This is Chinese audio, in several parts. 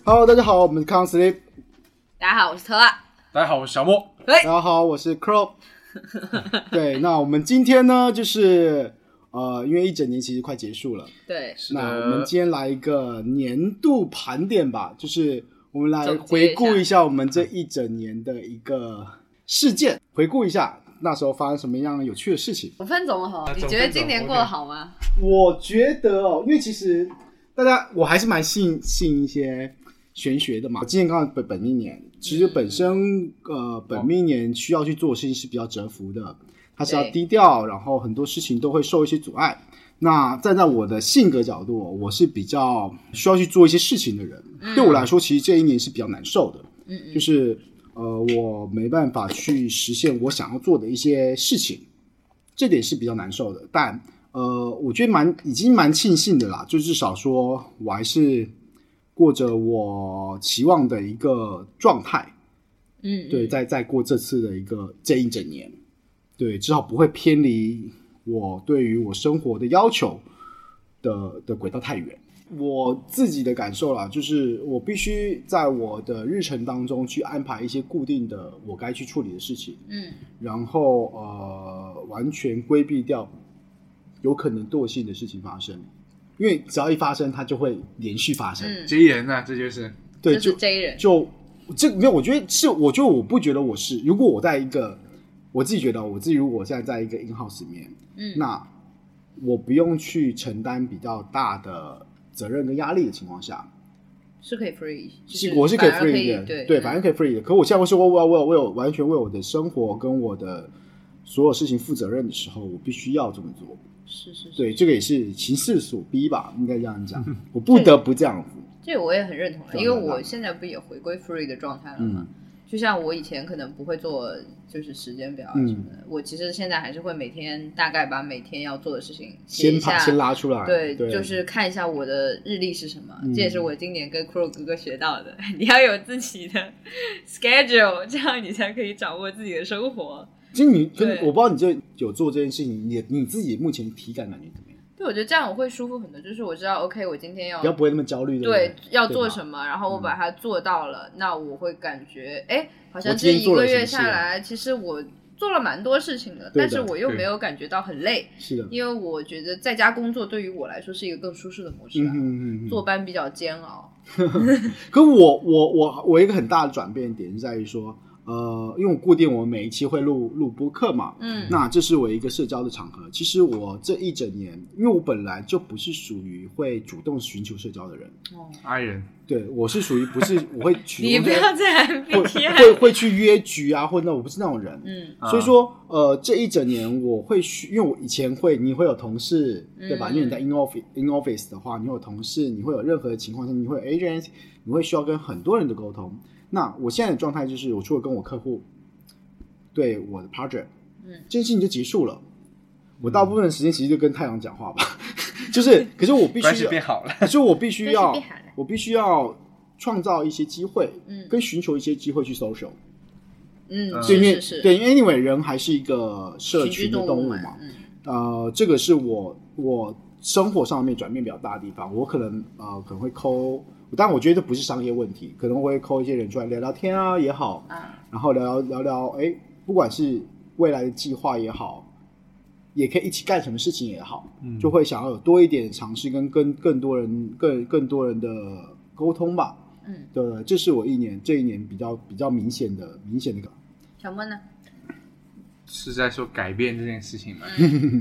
Hello， 大家好，我们是康 Sleep。 大家好，我是特啊。 大家好，我是小莫。 大家好，我是 Crow。对，那我们今天呢，就是因为一整年其实快结束了， 对， 那我们今天来一个年度盘点吧，就是我们来回顾一下我们这一整年的一个事件，回顾一下那时候发生什么样有趣的事情。 5分钟好，你觉得今年过得好吗？ 我觉得因为其实我还是蛮信一些玄学的嘛。今年刚好本命年，其实本身本命年需要去做的事情是比较蛰伏的，它是要低调，然后很多事情都会受一些阻碍。那站在我的性格角度，我是比较需要去做一些事情的人。对我来说，其实这一年是比较难受的。就是我没办法去实现我想要做的一些事情，这点是比较难受的。但我觉得已经蛮庆幸的啦，就至少说我还是过着我期望的一个状态。对，在过这次的这一整年，对，至少不会偏离我对于我生活的要求的轨道太远。我自己的感受啦，就是我必须在我的日程当中去安排一些固定的我该去处理的事情，然后完全规避掉有可能惰性的事情发生，因为只要一发生，它就会连续发生。 J 人啊，这就是对， 就是 J 人。 这没有，我觉得我不觉得我是。如果我在一个，我自己觉得我自己如果现在在一个 in house 里面，那我不用去承担比较大的责任跟压力的情况下， 是可以 free， 我是可以 free 的，对，反正可以 free 的。可我现在会说我有完全为我的生活跟我的所有事情负责任的时候，我必须要这么做。 是， 对，这个也是情势所逼吧，应该这样讲，我不得不这样子。 这我也很认同，因为我现在不也回归 free 的状态了吗？就像我以前可能不会做就是时间表啊什么的，我其实现在还是会每天大概把每天要做的事情写一下， 先拉出来， 对，就是看一下我的日历是什么。这也是我今年跟 Crow 哥哥学到的，你要有自己的 schedule， 这样你才可以掌握自己的生活。 其实我不知道你这有做这件事情，你自己目前体感感觉怎么样？ 对，我觉得这样我会舒服很多，就是我知道 OK 我今天要不会那么焦虑， 对，要做什么，然后我把它做到了，那我会感觉好像这1个月下来其实我做了蛮多事情的，但是我又没有感觉到很累。 是的， 因为我觉得在家工作对于我来说是一个更舒适的模式坐班比较煎熬。 可我一个很大的转变点是在于说因为我固定我们每一期会录播客嘛，那这是我一个社交的场合。其实我这一整年，因为我本来就不是属于会主动寻求社交的人 ，I 人，对， 我是属于不是我会去你不要再 MBTI 会去约局啊，或者我不是那种人，所以说这一整年我会因为我以前你会有同事，对吧？因为你在 in office 的话，你会有同事，你会有任何的情况下，你会有 agent， 你会需要跟很多人的沟通。那我现在的状态就是，我除了跟我客户对我的 project，这件事情就结束了。我大部分的时间其实就跟太阳讲话吧，可是我必须关系变好了， 可是我必须要创造一些机会，跟寻求一些机会去 social。 是对，因为 anyway 人还是一个社群的动物嘛，这个是我生活上面转变比较大的地方。我可能会抠。但我觉得这不是商业问题，可能会扣一些人出来聊聊天啊也好，然后聊聊不管是未来的计划也好，也可以一起干什么事情也好，就会想要有多一点的尝试跟更多人的沟通吧。对，这是我这一年比较明显的感。 小莫呢？ 是在说改变这件事情吗？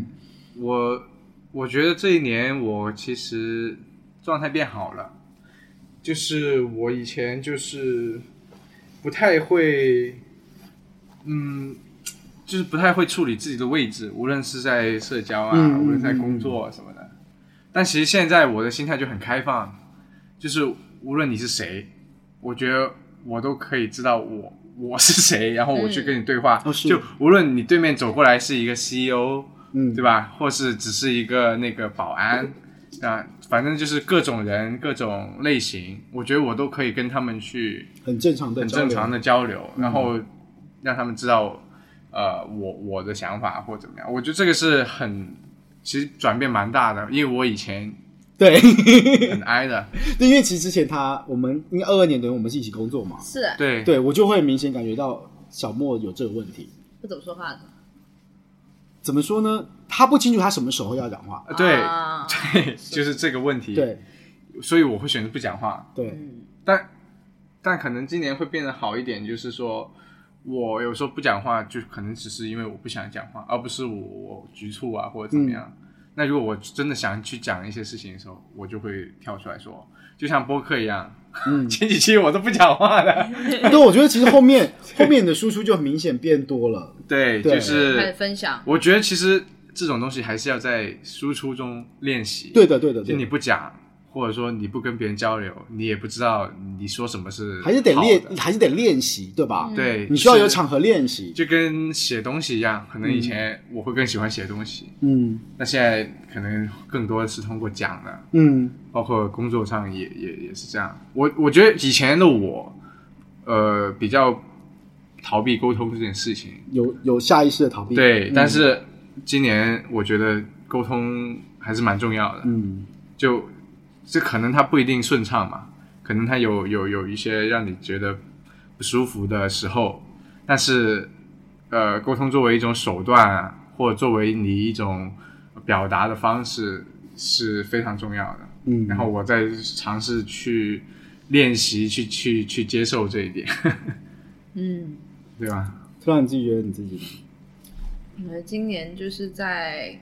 我觉得这一年我其实状态变好了。就是我以前就是不太会，就是不太会处理自己的位置，无论是在社交啊，无论在工作什么的。但其实现在我的心态就很开放，就是无论你是谁，我觉得我都可以知道我是谁，然后我去跟你对话。就无论你对面走过来是一个 CEO，对吧？或是只是一个那个保安。反正就是各种人各种类型，我觉得我都可以跟他们去很正常的交流，然后让他们知道我的想法或怎么样。我觉得这个是其实转变蛮大的，因为我以前对， 很 I 的。 对，因为其实之前我们应该22年等于我们是一起工作嘛， 是， 对， 对我就会明显感觉到小莫有这个问题。 不怎么说话的。 怎么说呢？他不清楚他什么时候要讲话。 对、 啊、 对，就是这个问题。 对， 所以我会选择不讲话。 对， 但可能今年会变得好一点，就是说我有时候不讲话，就可能只是因为我不想讲话，而不是我局促啊或者怎么样。那如果我真的想去讲一些事情的时候，我就会跳出来说，就像播客一样。前几期我都不讲话的。 对，我觉得其实后面的输出就明显变多了。 对，就是开始分享。 我觉得其实这种东西还是要在输出中练习。 对的， 就你不讲，或者说你不跟别人交流，你也不知道你说什么是好的， 还是得练习，对吧？ 对， 你需要有场合练习， 就跟写东西一样。可能以前我会更喜欢写东西，那现在可能更多的是通过讲的，包括工作上也是这样。我觉得以前的我，比较逃避沟通这件事情， 有下意识的逃避。 对，但是今年我觉得沟通还是蛮重要的。就这可能它不一定顺畅嘛，可能它有一些让你觉得不舒服的时候，但是沟通作为一种手段，或者作为你一种表达的方式是非常重要的。然后我在尝试去练习去接受这一点。对吧？ 突然你自己觉得你自己今年就是在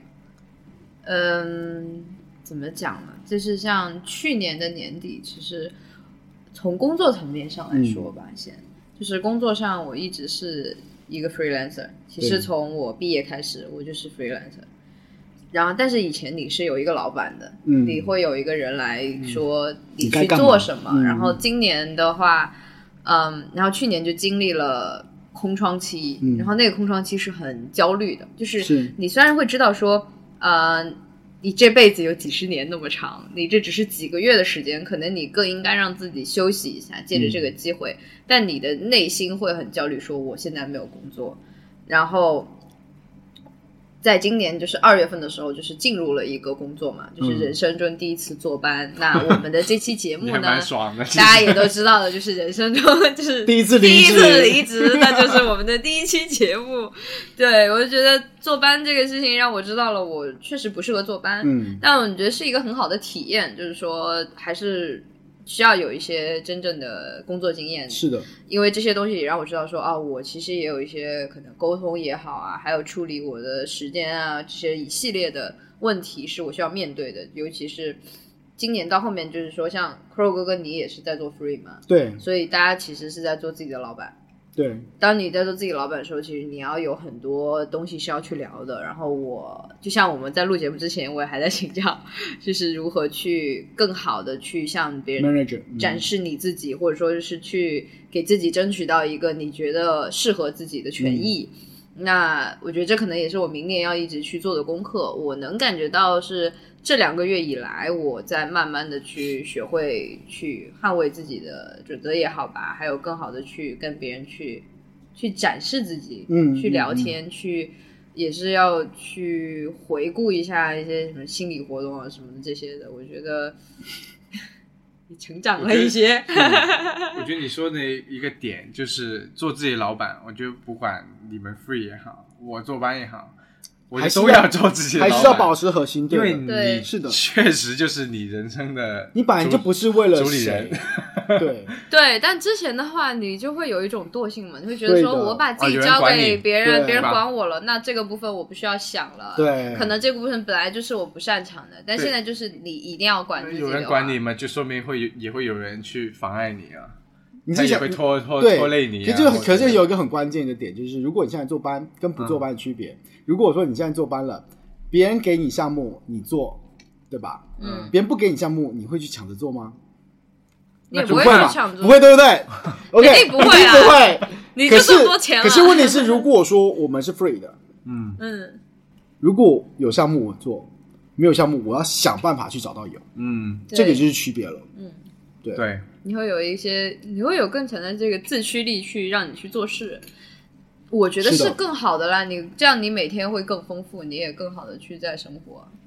怎么讲呢，就是像去年的年底，其实从工作层面上来说吧，就是工作上我一直是一个 freelancer， 其实从我毕业开始我就是 freelancer。然后但是以前你是有一个老板的，你会有一个人来说你去做什么，然后今年的话然后去年就经历了空窗期，然后那个空窗期是很焦虑的，就是你虽然会知道说你这辈子有几十年那么长，你这只是几个月的时间，可能你更应该让自己休息一下，借着这个机会，但你的内心会很焦虑，说我现在没有工作。然后在今年就是2月份的时候，就是进入了一个工作嘛，就是人生中第一次坐班。那我们的这期节目呢，大家也都知道的，就是人生中就是第一次离职，那就是我们的第一期节目。对，我就觉得坐班这个事情让我知道了，我确实不适合坐班。但我觉得是一个很好的体验，就是说还是需要有一些真正的工作经验。 是的， 因为这些东西也让我知道说我其实也有一些可能沟通也好啊，还有处理我的时间啊，这些一系列的问题是我需要面对的。尤其是今年到后面，就是说像 Crow 哥哥你也是在做 free 嘛， 对， 所以大家其实是在做自己的老板。 对， 当你在做自己老板的时候，其实你要有很多东西是要去聊的。然后就像我们在录节目之前，我也还在请教，就是如何去更好的去向别人展示你自己，或者说是去给自己争取到一个你觉得适合自己的权益。那我觉得这可能也是我明年要一直去做的功课。我能感觉到是这2个月以来，我在慢慢的去学会去捍卫自己的准则也好吧，还有更好的去跟别人去展示自己，去聊天，去也是要去回顾一下一些什么心理活动啊什么的这些的。我觉得你成长了一些。 我觉得你说的一个点就是做自己老板，我觉得不管你们 free 也好，我坐班也好，我都要做自己的老板， 还是要保持核心， 因为你是的， 确实就是你人生的你本来就不是为了主理人。 对，但之前的话你就会有一种惰性嘛，你会觉得说我把自己交给别人，别人管我了，那这个部分我不需要想了。 对， 可能这个部分本来就是我不擅长的，但现在就是你一定要管自己的话。 有人管你嘛，就说明也会有人去妨碍你啊， 他也会拖累你啊。 可是有一个很关键的点，就是如果你现在坐班跟不坐班的区别，如果我说你现在坐班了，别人给你项目你做，对吧？别人不给你项目，你会去抢着做吗？ 你也不会去抢着， 不会，对不对 ？OK， 一定不会啊， 一定不会。 你就这么多钱了。 可是问题是，如果说我们是 free 的，如果有项目我做，没有项目我要想办法去找到有，这个就是区别了。对， 你会有更强的这个自驱力去让你去做事。我觉得是更好的啦，你这样你每天会更丰富，你也更好的去在生活。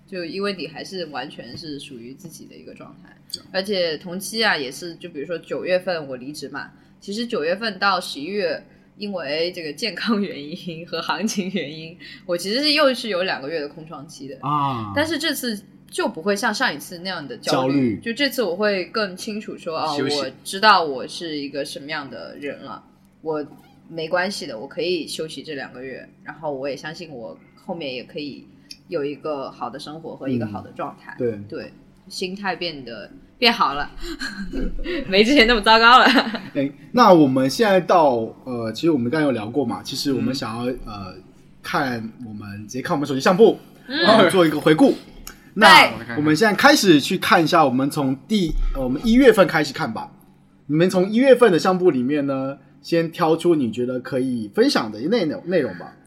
就因为你还是完全是属于自己的一个状态，而且同期啊也是，就比如说9月份我离职嘛，其实9月份到11月，因为这个健康原因和行情原因，我其实是又是有2个月的空窗期的啊。 但是这次就不会像上一次那样的焦虑，就这次我会更清楚说我知道我是一个什么样的人了，我没关系的，我可以休息这2个月，然后我也相信我后面也可以有一个好的生活和一个好的状态。对，心态变好了，没之前那么糟糕了。 那我们现在到其实我们刚才有聊过嘛，其实我们想要看我们直接看我们手机相簿，然后做一个回顾。那我们现在开始去看一下，我们从我们1月份开始看吧。你们从1月份的相簿里面呢，先挑出你觉得可以分享的内容吧。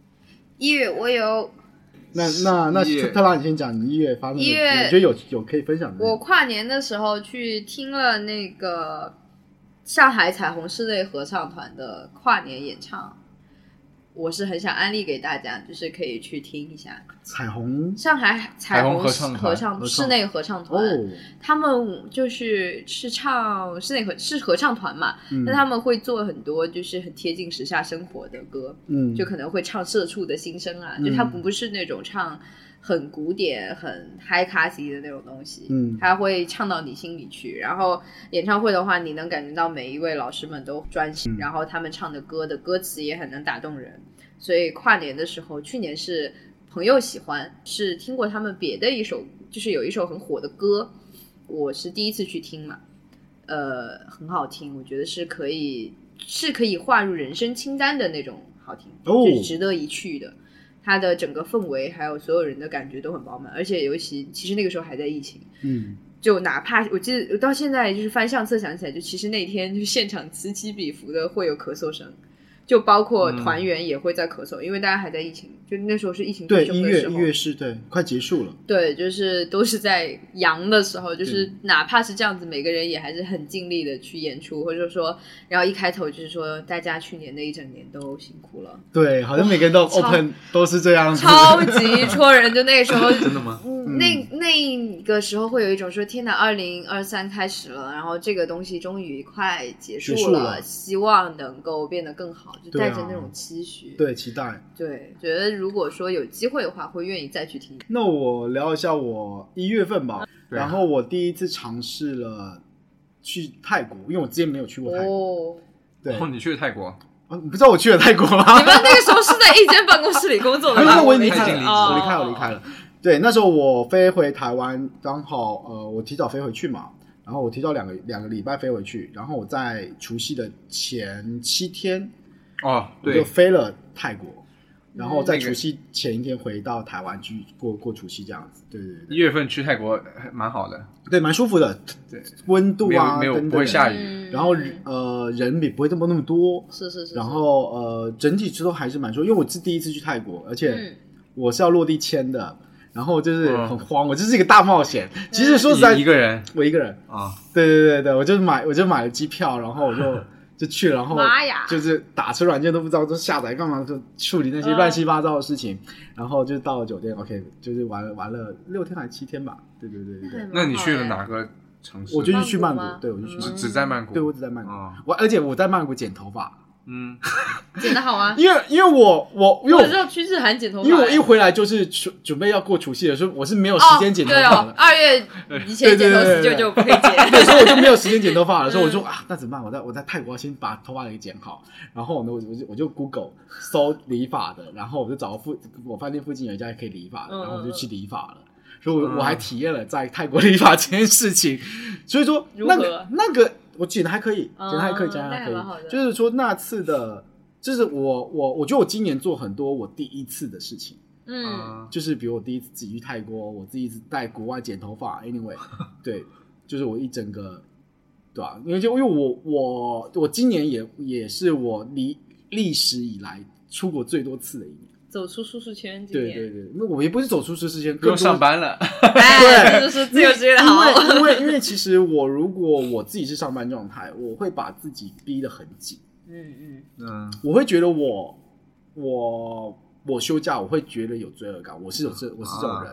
1月我有。 那特拉你先讲，你1月发生的，你觉得有可以分享的？ 我跨年的时候去听了那个上海彩虹室内合唱团的跨年演唱，我是很想安利给大家，就是可以去听一下。 上海彩虹室内合唱团，他们是唱室内是合唱团嘛，那他们会做很多就是很贴近时下生活的歌，就可能会唱社畜的心声啊，就他不是那种唱很古典很 high classy 的那种东西，他会唱到你心里去。然后演唱会的话，你能感觉到每一位老师们都专心，然后他们唱的歌的歌词也很能打动人。所以跨年的时候，去年是朋友喜欢，是听过他们别的一首，就是有一首很火的歌，我是第一次去听嘛，很好听，我觉得是可以划入人生清单的那种好听，就是值得一去的。它的整个氛围还有所有人的感觉都很饱满，而且尤其其实那个时候还在疫情，就哪怕我记得到现在就是翻相册想起来，就其实那天就现场此起彼伏的会有咳嗽声，就包括团员也会在咳嗽，因为大家还在疫情，就那时候是疫情最凶的时候， 1月是对快结束了， 对，就是都是在阳的时候，就是哪怕是这样子，每个人也还是很尽力的去演出，或者说，然后一开头就是说大家去年的一整年都辛苦了， 对，好像每个人都 open 都是这样子， 超级戳人，就那个时候真的吗？ 那个时候会有一种说天哪，2023开始了，然后这个东西终于快结束了，希望能够变得更好，就带着那种期许， 对，期待， 对，觉得如果说有机会的话，会愿意再去听。 那我聊一下我1月份吧，然后我第一次尝试了去泰国，因为我之前没有去过泰国。对， 你去了泰国？ 你不知道我去了泰国吗？ 你们那个时候是在一间办公室里工作的吗？ 我离开了。对，那时候我飞回台湾，刚好我提早飞回去嘛，然后我提早两个礼拜飞回去，然后我在除夕的前7天，我就飞了泰国，然后在除夕前1天回到台湾去过除夕这样子。对，1 月份去泰国蛮好的， 对，蛮舒服的，对，温度啊没有不会下雨， 然后人也不会那么多， 是， 然后整体都还是蛮舒服，因为我是第一次去泰国，而且我是要落地签的。然后就是很慌，我就是一个大冒险。其实说实在， 一个人， 我一个人啊，对，我就买了机票，然后我就去了，然后就是打车软件都不知道，就下载干嘛，就处理那些乱七八糟的事情，然后就到了酒店 ，OK， 就是玩了6天还是7天吧，对。 那你去了哪个城市？ 我就去曼谷，对，我就去只在曼谷， 对，我只在曼谷，而且我在曼谷剪头发。 剪得好吗？ 因为我知道去日韩剪头发， 因为我一回来就是准备要过除夕的时候，我是没有时间剪头发的。 2月以前剪头时就不可以剪， 对，所以我就没有时间剪头发了。所以我说那怎么办？我在泰国先把头发给剪好，然后呢，我就 Google 搜理发的，然后我就找我饭店附近有一家可以理发的，然后我就去理发了。所以我还体验了在泰国理发这件事情。所以说那个。我剪的还可以，就是说那次的，就是我觉得我今年做很多我第一次的事情，就是比如我第一次自己去泰国，我自己在国外剪头发 ，anyway， 对，就是我一整个，对吧？因为我今年也是我历史以来出国最多次的一年。 走出舒适圈， 对，那我也不是走出舒适圈， 不用上班了。 对，就是自由职业的好。 因为其实如果我自己是上班状态，我会把自己逼得很紧。我会觉得我休假，我会觉得有罪恶感。我是这种人，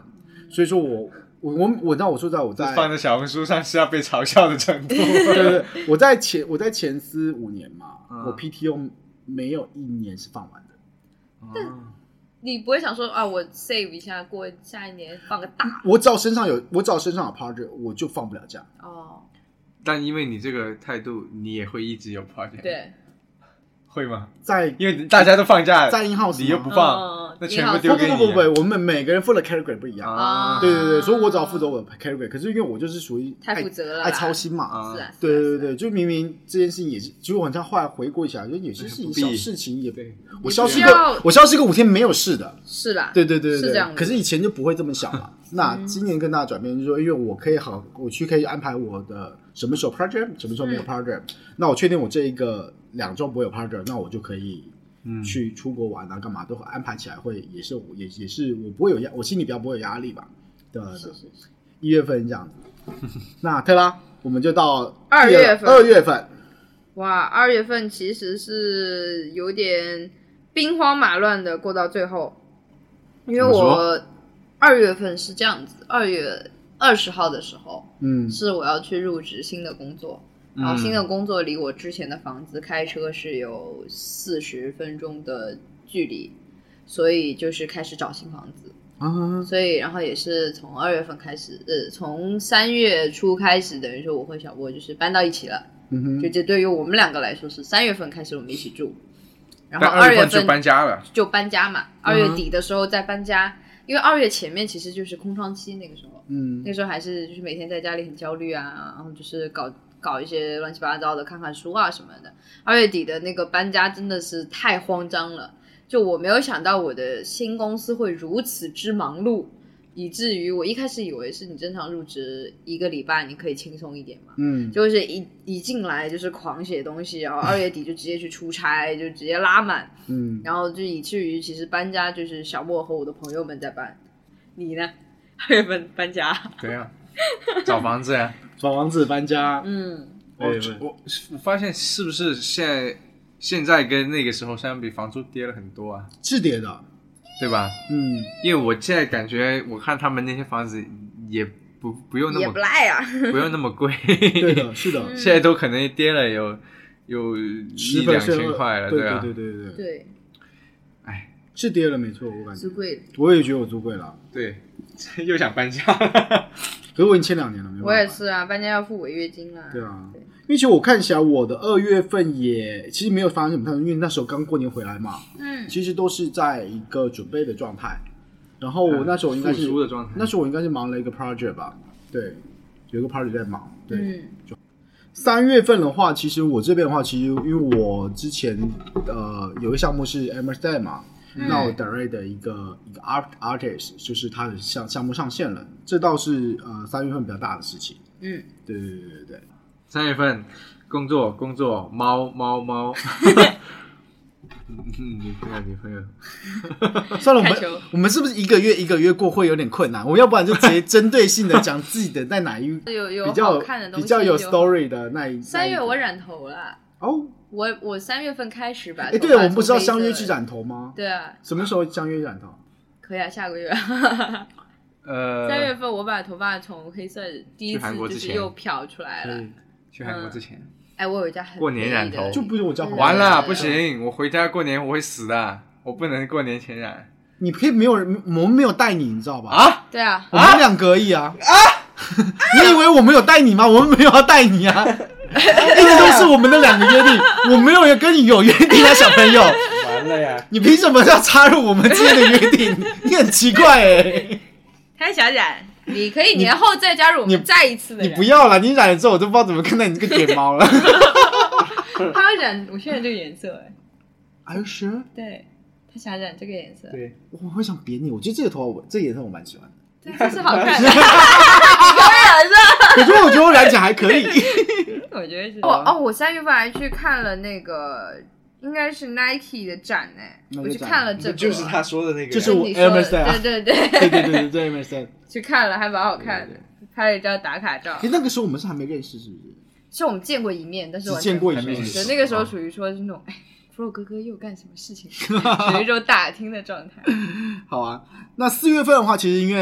所以说我知道我说在我在放在小红书上是要被嘲笑的程度。 对，我在前司5年嘛，我 PTO 没有1年是放完的。 你不会想说啊，我 save 一下，过下一年放个大？ 我只要身上有 project， 我就放不了假。 哦， 但因为你这个态度，你也会一直有 project。 对， 会吗？ 因为大家都放假， 在 in-house 你又不放，那全部丢给你。 不，我们每个人负责 category 不一样。对，所以我只要负责我的 category。可是因为我就是属于太负责了， 爱操心嘛。 是啊， 对，就明明这件事情也是，其实我好像后来回顾一下，就有些事情小事情也被我消失个5天没有事的。 是啦， 对， 是这样。 可是以前就不会这么想嘛。那今年更大的转变就是说，因为我可以安排我的什么时候 project， 什么时候没有 project。那我确定我这一个2周不会有 project， 那我就可以去出国玩啊，干嘛都安排起来会也是我不会有我心里比较不会有压力吧。对，1月份这样子。那特拉，我们就到 2 月份。 哇，2月份其实是有点兵荒马乱的过到最后，因为我2月份是这样子，2月20号的时候，是我要去入职新的工作。然后新的工作离我之前的房子开车是有40分钟的距离，所以就是开始找新房子。所以然后也是从2月份开始，从3月初开始，等于说我就是搬到一起了。就这对于我们2个来说是3月份开始我们一起住，然后2月份就搬家了， 就搬家嘛。2月底的时候再搬家，因为2月前面其实就是空窗期，那个时候，那时候还是就是每天在家里很焦虑啊，然后就是搞一些乱七八糟的，看看书啊什么的。2月底的那个搬家真的是太慌张了，就我没有想到我的新公司会如此之忙碌，以至于我一开始以为是你正常入职1个礼拜你可以轻松一点嘛，就是一进来就是狂写东西，然后2月底就直接去出差，就直接拉满，然后就以至于其实搬家就是小莫和我的朋友们在搬。你呢？2月份搬家？ 对啊，找房子呀， 找房子搬家。 我发现是不是现在跟那个时候相比，房租跌了很多啊？ 是跌的， 对吧？因为我现在感觉，我看他们那些房子也不用那么也不赖啊， 不用那么贵。 对的，是的， 现在都可能跌了有1-2千块了， 对啊， 对。 哎，是跌了没错，我感觉租贵了， 我也觉得我租贵了。 对，又想搬家。 可是我已经签2年了，没办法。 我也是啊，搬家要付违约金啦。 对啊，因为其实我看起来我的2月份也其实没有发生什么太多，因为那时候刚过年回来嘛，其实都是在一个准备的状态。然后我那时候应该是复苏的状态， 那时候我应该是忙了一个 project 吧，对，有一个 project 在忙，对。3月份的话，其实我这边的话，其实因为我之前有一个项目是 Emerson 嘛。那我 direct 的一个 artist 就是他的项目上线了，这倒是3月份比较大的事情。对。 3月份工作猫女朋友算了，我们是不是一个月过会有点困难？我们要不然就直接针对性的讲自己的在哪一有比较好看的东西， 比较有 story 的那一。 3月我染头了哦。 我3月份开始吧。 对，我们不是要相约去染头吗？ 对啊。 什么时候相约染头？ 可以啊，下个月。3月份我把头发从黑色第一次就是又漂出来了。 去韩国之前。 我有一家很过年染头， 就不是我家完了，不行，我回家过年我会死的，我不能过年前染。 你可以没有人，我们没有带你知道吧？ 啊， 对啊， 我们2个而已啊。你以为我们有带你吗？我们没有要带你啊。一直都是我们的2个约定，我没有跟你有约定啊，小朋友。 完了呀！ 你凭什么要插入我们之间的约定？你很奇怪他想染，你可以年后再加入我们再一次的。 你不要了，你染了之后我都不知道怎么看待你这个卷毛了。 他要染我现在这个颜色 Are you sure？ 对，他想染这个颜色。 对，我会想扁你。我觉得这个头发这个颜色我蛮喜欢的。 对，这是好看的。 可是我觉得我染起来还可以。 我觉得是。我3月份还去看了那个，应该是 Nike 的展我去看了这个。 就是他说的那个， 就是我 Emerson。 对 Emerson。 去看了，还蛮好看的，拍了一张打卡照。 那个时候我们是还没认识，是不是？ 是我们见过一面，但是只见过一面。 那个时候属于说是那种Flo 哥哥又干什么事情，属于一种打听的状态。 好啊，那4月份的话，其实因为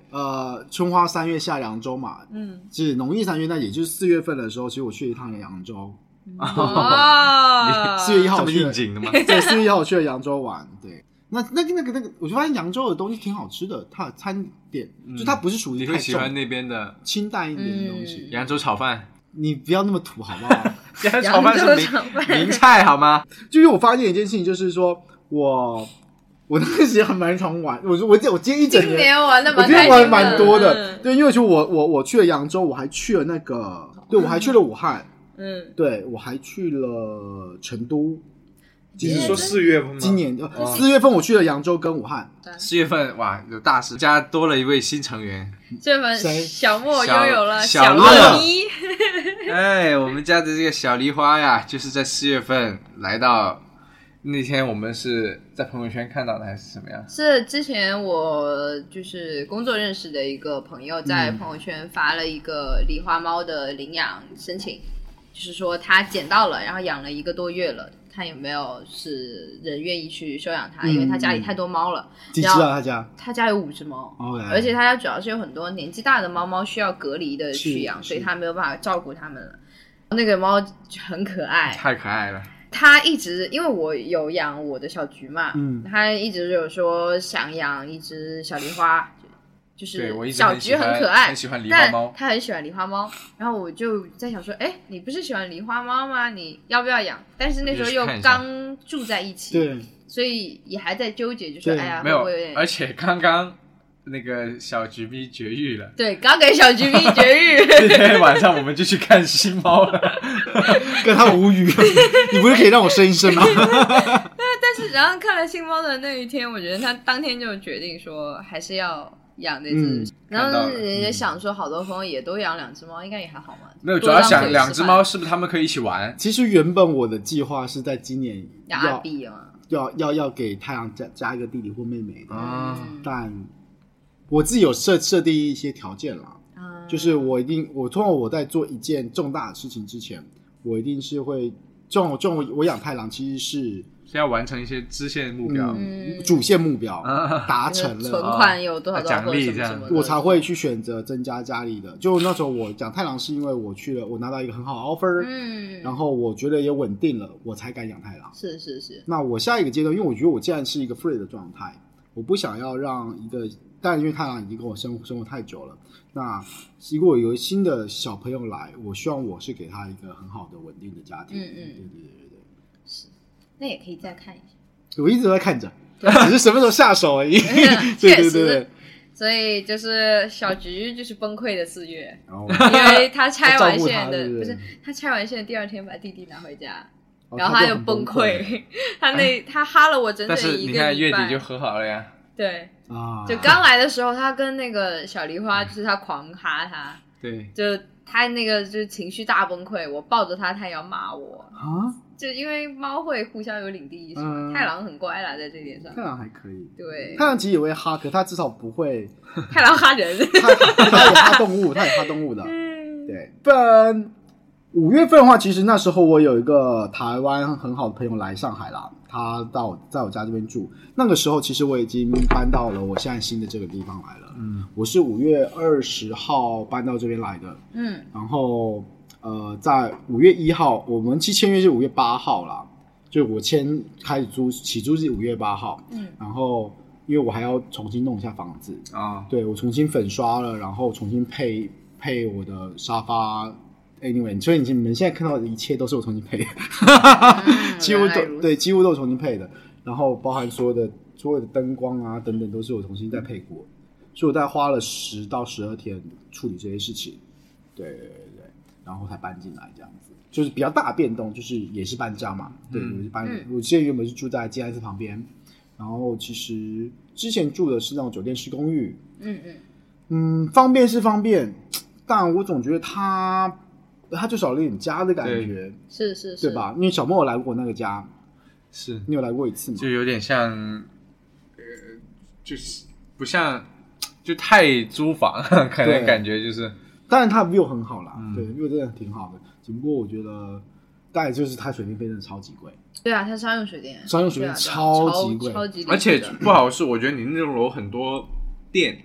春花3月下扬州嘛，是农历3月，那也就是4月份的时候，其实我去了一趟扬州。4月1号这么应景的吗？ 对，4月1号我去了扬州玩。对，那个，我就发现扬州的东西挺好吃的，它的餐点就它不是属于你会喜欢那边的清淡一点的东西。 扬州炒饭， 你不要那么土好不好？ 扬州炒饭是名菜好吗？ 就是我发现一件事情，就是说我那个时间还蛮常玩，我今天一整年玩的我今天玩蛮多的。对，因为就我去了扬州，我还去了那个，对，我还去了武汉，对，我还去了成都。 你是说4月份吗？ 今年4月份我去了扬州跟武汉。 4月份哇，有大事，家多了一位新成员。 这份小莫拥有了小梨。 哎，我们家的这个小梨花呀，就是在4月份来到。那天我们是在朋友圈看到的还是什么样？ 是之前我就是工作认识的一个朋友在朋友圈发了一个梨花猫的领养申请，就是说他捡到了，然后养了1个多月了，看有没有是人愿意去收养它，因为他家里太多猫了。 几只啊？他家有5只猫，而且他家主要是有很多年纪大的猫猫需要隔离的去养，所以他没有办法照顾它们了。那个猫很可爱， 太可爱了。 他一直因为我有养我的小菊嘛，他一直有说想养一只小梨花，就是小菊很可爱， 很喜欢梨花猫， 他很喜欢梨花猫。然后我就在想说，哎，你不是喜欢梨花猫吗？你要不要养？但是那时候又刚住在一起， 对， 所以也还在纠结，就说哎呀， 没有， 会不会有点？ 而且刚刚那个小橘逼绝育了， 对，刚给小橘逼绝育。 今天晚上我们就去看新猫了， 跟他无语。你不是可以让我生一生吗？ 但是然后看了新猫的那一天，我觉得他当天就决定说还是要养这只。然后也想说，好多朋友也都养2只猫，应该也还好嘛。 没有，主要想2只猫是不是他们可以一起玩？ 其实原本我的计划是在今年要给太阳加一个弟弟或妹妹的，但我自己有设定一些条件啦，就是我通常我在做一件重大的事情之前，我一定是会我养太郎其实是要完成一些支线目标， 主线目标达成了， 存款有多少奖励这样， 我才会去选择增加家里的。就那时候我讲太郎是因为我拿到一个很好的 offer，然后我觉得也稳定了，我才敢养太郎。 是。 那我下一个阶段，因为我觉得我既然是一个 free 的状态，我不想要让一个，但因为太郎已经跟我生活太久了，那如果有新的小朋友来，我希望我是给他一个很好的稳定的家庭。对， 是。那也可以再看一下。 我一直都在看着，只是什么时候下手而已。对。 所以就是小菊就是崩溃的4月，因为他拆完线的不是他拆完线的第2天把弟弟拿回家，然后他又崩溃，他哈了我整整1个礼拜。但是你看月底就和好了呀。 对就刚来的时候，他跟那个小梨花就是他狂哈他， 对， 就他那个就是情绪大崩溃，我抱着他，他也要骂我啊。就因为猫会互相有领地意识，太郎很乖啦，在这点上。 太郎还可以， 对， 太郎其实也会哈，可他至少不会。 太郎哈人， 他也哈动物，他也哈动物的。对，不然5月份的话，其实那时候我有一个台湾很好的朋友来上海啦，他在我家这边住。那个时候其实我已经搬到了我现在新的这个地方来了。我是5月20号搬到这边来的。然后。在5月1号，我们签约是5月8号啦，就我开始起租是5月8号，然后因为我还要重新弄一下房子啊，对，我重新粉刷了，然后重新配我的沙发 ，anyway， 所以你们现在看到的一切都是我重新配的，几乎都重新配的，然后包含所有的灯光啊等等都是我重新再配过，所以我大概花了10到12天处理这些事情，对。然后才搬进来，这样子就是比较大的变动，就是也是搬家嘛。对，我是搬。我之前原本是住在金安寺旁边，然后其实之前住的是那种酒店式公寓。方便是方便，但我总觉得它就少了一点家的感觉。 是， 对吧？因为小莫有来过那个家， 是你有来过一次吗？ 就有点像，就是不像，就太租房，可能感觉就是。 当然它 view 很好啦，对 view 真的挺好的，只不过我觉得大概就是它水电费真的超级贵。 对啊，它商用水电超级贵， 超级而且不好是我觉得你那栋楼很多店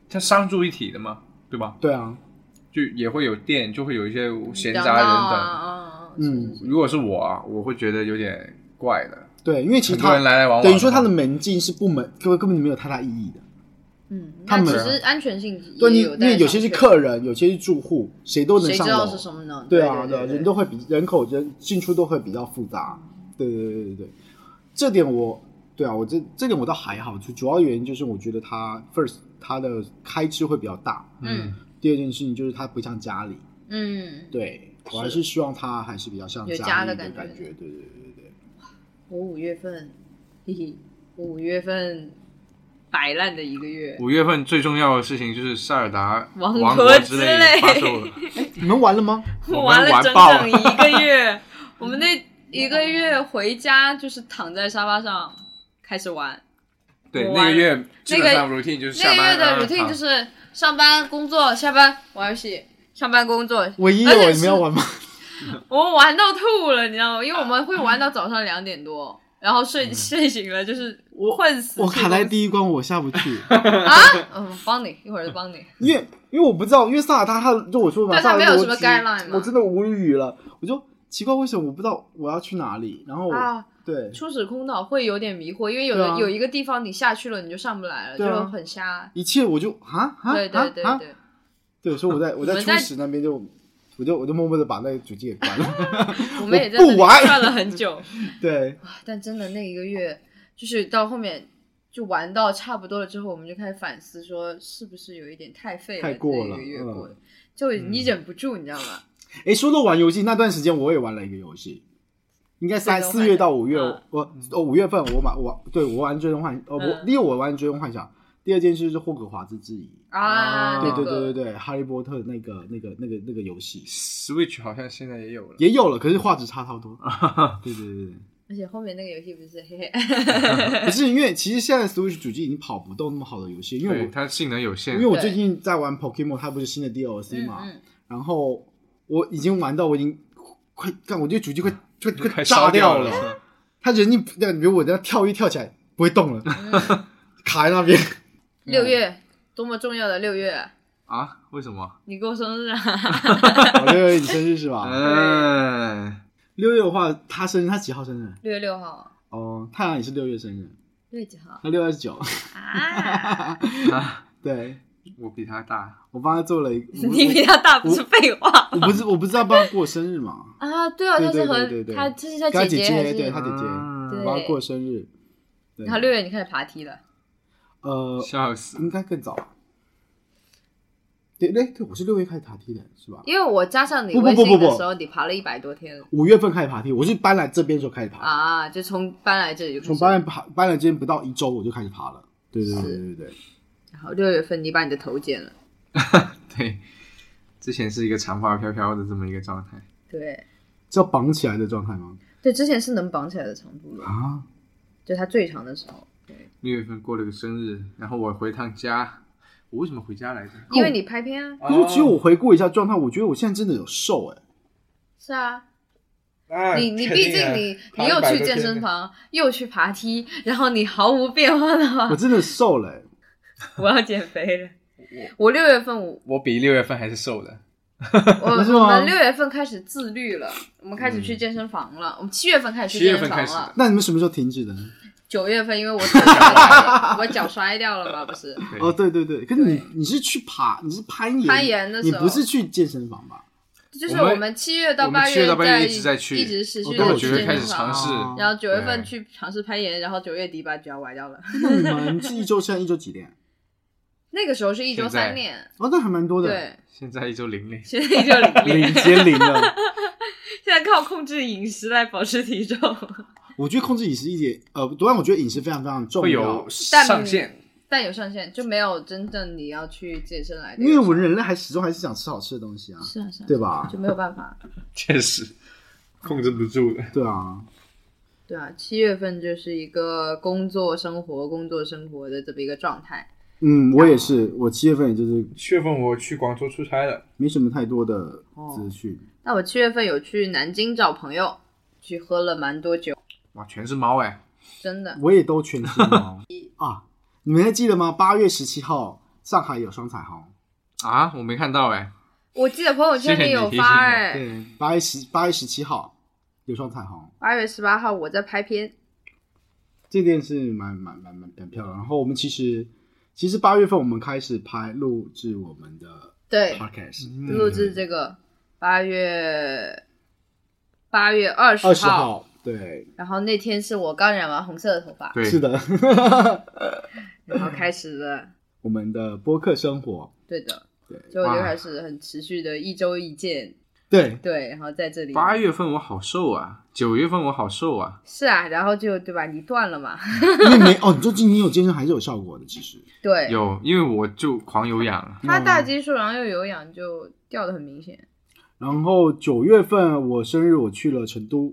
它商住一体的嘛，对吧？ 对啊， 就也会有店，就会有一些闲杂人等。 如果是我啊，我会觉得有点怪的。 对，因为其实很多人来来往往， 等于说它的门禁是根本没有太大意义的。 那其实安全性也对， 有， 因为有些是客人，有些是住户，谁都能上楼， 谁知道是什么呢？ 对啊，对，人都会人口进出都会比较复杂。对，这点我这点我倒还好，主要原因就是我觉得它的开支会比较大。第二件事情就是它不像家里。对，我还是希望它还是比较像家里的感觉。对。 我5月份，我5月份摆烂的一个月。 5月份最重要的事情就是塞尔达王国之泪发售了。 你们玩了吗？ 我玩了整整一个月。我们那一个月回家就是躺在沙发上开始玩。 对，那个月基本上 routine 就是下班。 那个月的 routine 就是上班工作，下班玩游戏，上班工作。 我也有，你们要玩吗？ 我们玩到吐了，你知道吗？因为我们会玩到早上2点多，然后睡醒了就是困死。 我卡在第一关，我下不去啊！帮你，一会儿就帮你。因为我不知道，因为萨尔达他就我说嘛， 他没有什么 guideline 嘛， 我真的无语了。我就奇怪为什么我不知道我要去哪里，然后对初始空岛会有点迷惑，因为有一个地方你下去了你就上不来了，就很瞎。 一切我就对，所以我在初始那边我就默默的把那个主机给关了。 我们也在那里转了很久。 对， 但真的那一个月，就是到后面就玩到差不多了之后，我们就开始反思，说是不是有一点太废了？ 太过了， 这一个月过了，就你忍不住，你知道吗？ 说到玩游戏，那段时间我也玩了一个游戏，应该4月到5月，5月份我玩最终幻，我玩最终幻想。第二件事是霍格华兹之遗对，哈利波特那个游戏 ，Switch 好像现在也有了，可是画质差超多。对， 而且后面那个游戏不是不是因为其实现在 Switch 主机已经跑不动那么好的游戏，因为它性能有限。 因为我最近在玩 Pokemon， 它不是新的 DLC 嘛，然后我已经玩到我已经快干，我觉得主机快炸掉了。它人比如我这样跳起来不会动了，卡在那边。 6月多么重要的6月啊？为什么？ 你过生日啊 ！6月你生日是吧？6月的话，他几号生日 ？6月6号。 哦，太阳也是6月生日。 6月几号？ 他6月29。对， 我比他大。 我帮他做了一个。 你比他大不是废话。 我不知道帮他过生日嘛？ 对啊，他是和他这是他姐姐还是？ 对，他姐姐，帮他过生日。 然后6月你开始爬梯了。 笑死， 应该更早。对，我是6月开始爬梯的，是吧？ 因为我加上你微信的时候，你爬了100多天了。 5月份开始爬梯，我是搬来这边的时候开始爬啊，就从搬来这里就开始。 从搬来这边不到1周我就开始爬了。对。 然后6月份你把你的头剪了。 对，之前是一个长发飘飘的这么一个状态。 对， 是要绑起来的状态吗？ 对，之前是能绑起来的长度了啊， 就它最长的时候。 6月份过了个生日，然后我回趟家。我为什么回家来着？ 因为你拍片啊。 可是其实我回顾一下状态，我觉得我现在真的有瘦是啊，你毕竟你又去健身房，又去爬梯，然后你毫无变化的话， 我真的瘦了我要减肥了。我6月份我比6月份还是瘦的。 我们6月份开始自律了，我们开始去健身房了。我们7月份开始去健身房了。 那你们什么时候停止的呢 ？9月份，因为我脚摔掉了嘛，不是？ 对。可是你是去你是攀岩的时候， 你不是去健身房吧？ 就是我们7月到8月一直在去， 一直持续的去健身房， 然后9月份去尝试攀岩，然后9月底把脚崴掉了。 那你们是现在1周几练？ 那个时候是1周3练。 那还蛮多的。 对， 现在1周0练。 现在1周0练， 直接0了。 现在靠控制饮食来保持体重。 我觉得控制饮食当然我觉得饮食非常非常重要， 会有上限， 但有上限就没有真正你要去健身来的。 因为我们人类始终还是想吃好吃的东西啊， 是啊， 对吧？ 就没有办法， 确实控制不住的。 对啊 ，7月份就是一个工作生活的这么一个状态。 我也是，我7月份也就是 7月份我去广州出差了， 没什么太多的资讯。 那我7月份有去南京找朋友，去喝了蛮多酒。 哇，全是猫真的， 我也都全是猫啊！你们还记得吗？8月17号上海有双彩虹啊，我没看到哎。 我记得朋友圈里有发哎。 对，8月17号有双彩虹。 8月18号我在拍片。 这店是蛮漂亮。然后我们其实8月份我们开始录制我们的 podcast， 录制这个8月20号。 对。 然后那天是我刚染完红色的头发。 对， 是的。 然后开始了我们的播客生活。 对的。对，就开始很持续的一周一见。 对， 然后在这里 8月份我好瘦啊，9月份我好瘦啊。 是啊，然后就对吧？你断了嘛？ 因为你说今年有健身还是有效果的，其实。 对， 有，因为我就狂有氧， 他大基数，然后又有氧，就掉得很明显。 然后9月份我生日，我去了成都。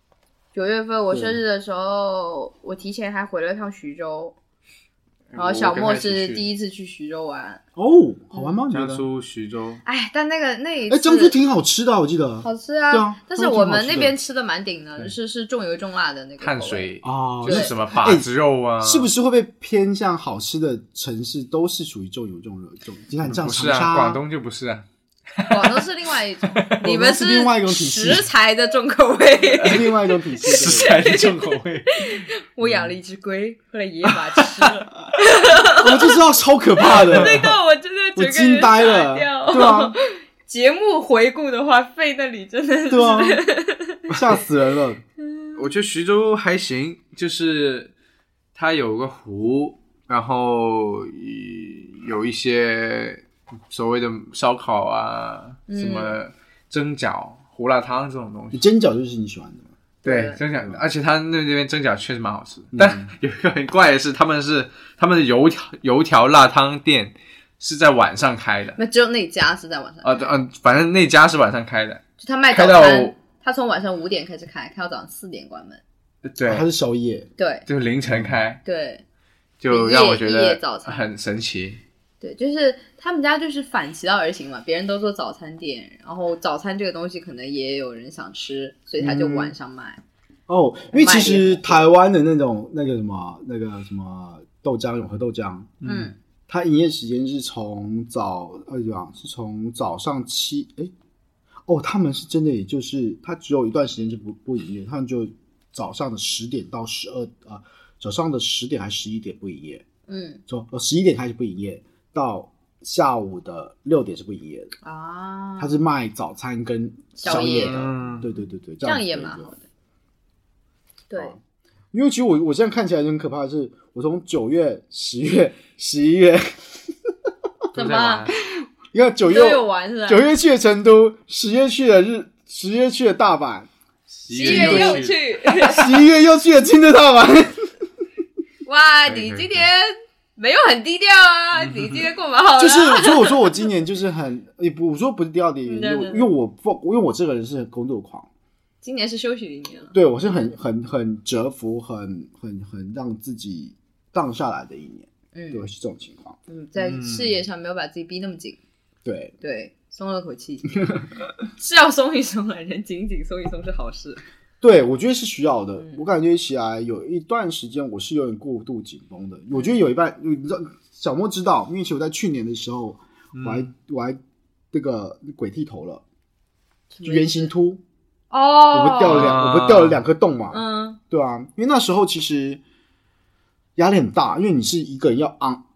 9月份我生日的时候，我提前还回了趟徐州。然后小莫是第一次去徐州玩。 哦，好玩吗？ 江苏徐州。 哎，但那一次， 江苏挺好吃的，我记得。 好吃啊。 对啊。 但是我们那边吃的蛮顶的，是重油重辣的那个。 碳水哦， 就是什么把子肉啊？ 是不是会被偏向好吃的城市都是属于重油重热重？你看这样不是啊，广东就不是啊。 广东是另外一种，你们是另外一种体系， 食材的重口味， 另外一种体系， 食材的重口味。 我养了一只龟，后来爷爷把它吃了， 我就知道超可怕的， 那个我真的我惊呆了，对啊。 节目回顾的话，肺那里真的是， 对啊，吓死人了。 我觉得徐州还行，就是它有个湖，然后有一些所谓的烧烤啊，什么蒸饺、胡辣汤这种东西。 蒸饺就是你喜欢的吗？ 对，蒸饺，而且他那边蒸饺确实蛮好吃的。但有一个很怪的是，他们的油条辣汤店是在晚上开的。 那只有那家是在晚上。 反正那家是晚上开的。 就他卖早餐，他从晚上5点开始开到早上4点关门。 对， 他是宵夜。 对， 就凌晨开。 对， 就让我觉得很神奇。 对，就是他们家就是反其道而行嘛，别人都做早餐店，然后早餐这个东西可能也有人想吃，所以他就晚上卖。 因为其实台湾的那个什么豆浆，永和豆浆，它营业时间是从早上他们是真的，也就是它只有一段时间是不营业，他们就早上的10点到早上的10点还是11点不营业，从11点开始不营业。到下午的6点是不营业的啊，他是卖早餐跟宵夜的，对， 这样也蛮好的。对， 因为其实我现在看起来很可怕的是，我从9月、10月、11月， 怎么？ 你看9月都有玩是吧？ 9月去了成都，10月去了大阪 ，11月又去 ，11月又去了金的大阪。 哇，你今天没有很低调啊，你今天过蛮好的。 所以我说我今年就是我说不是低调的原因，因为我这个人是很工作狂。 今年是休息的一年了。 对，我是很折服，很让自己荡下来的一年。对，是这种情况。 在事业上没有把自己逼那么紧。 对， 松了口气，是要松一松了，人紧紧松一松是好事。 对，我觉得是需要的。我感觉起来有一段时间我是有点过度紧绷的。我觉得有一半，你知道，小莫知道，因为其实我在去年的时候，我还那个鬼剃头了，圆形秃。我不掉了2颗洞嘛。对啊，因为那时候其实压力很大，因为你是一个人要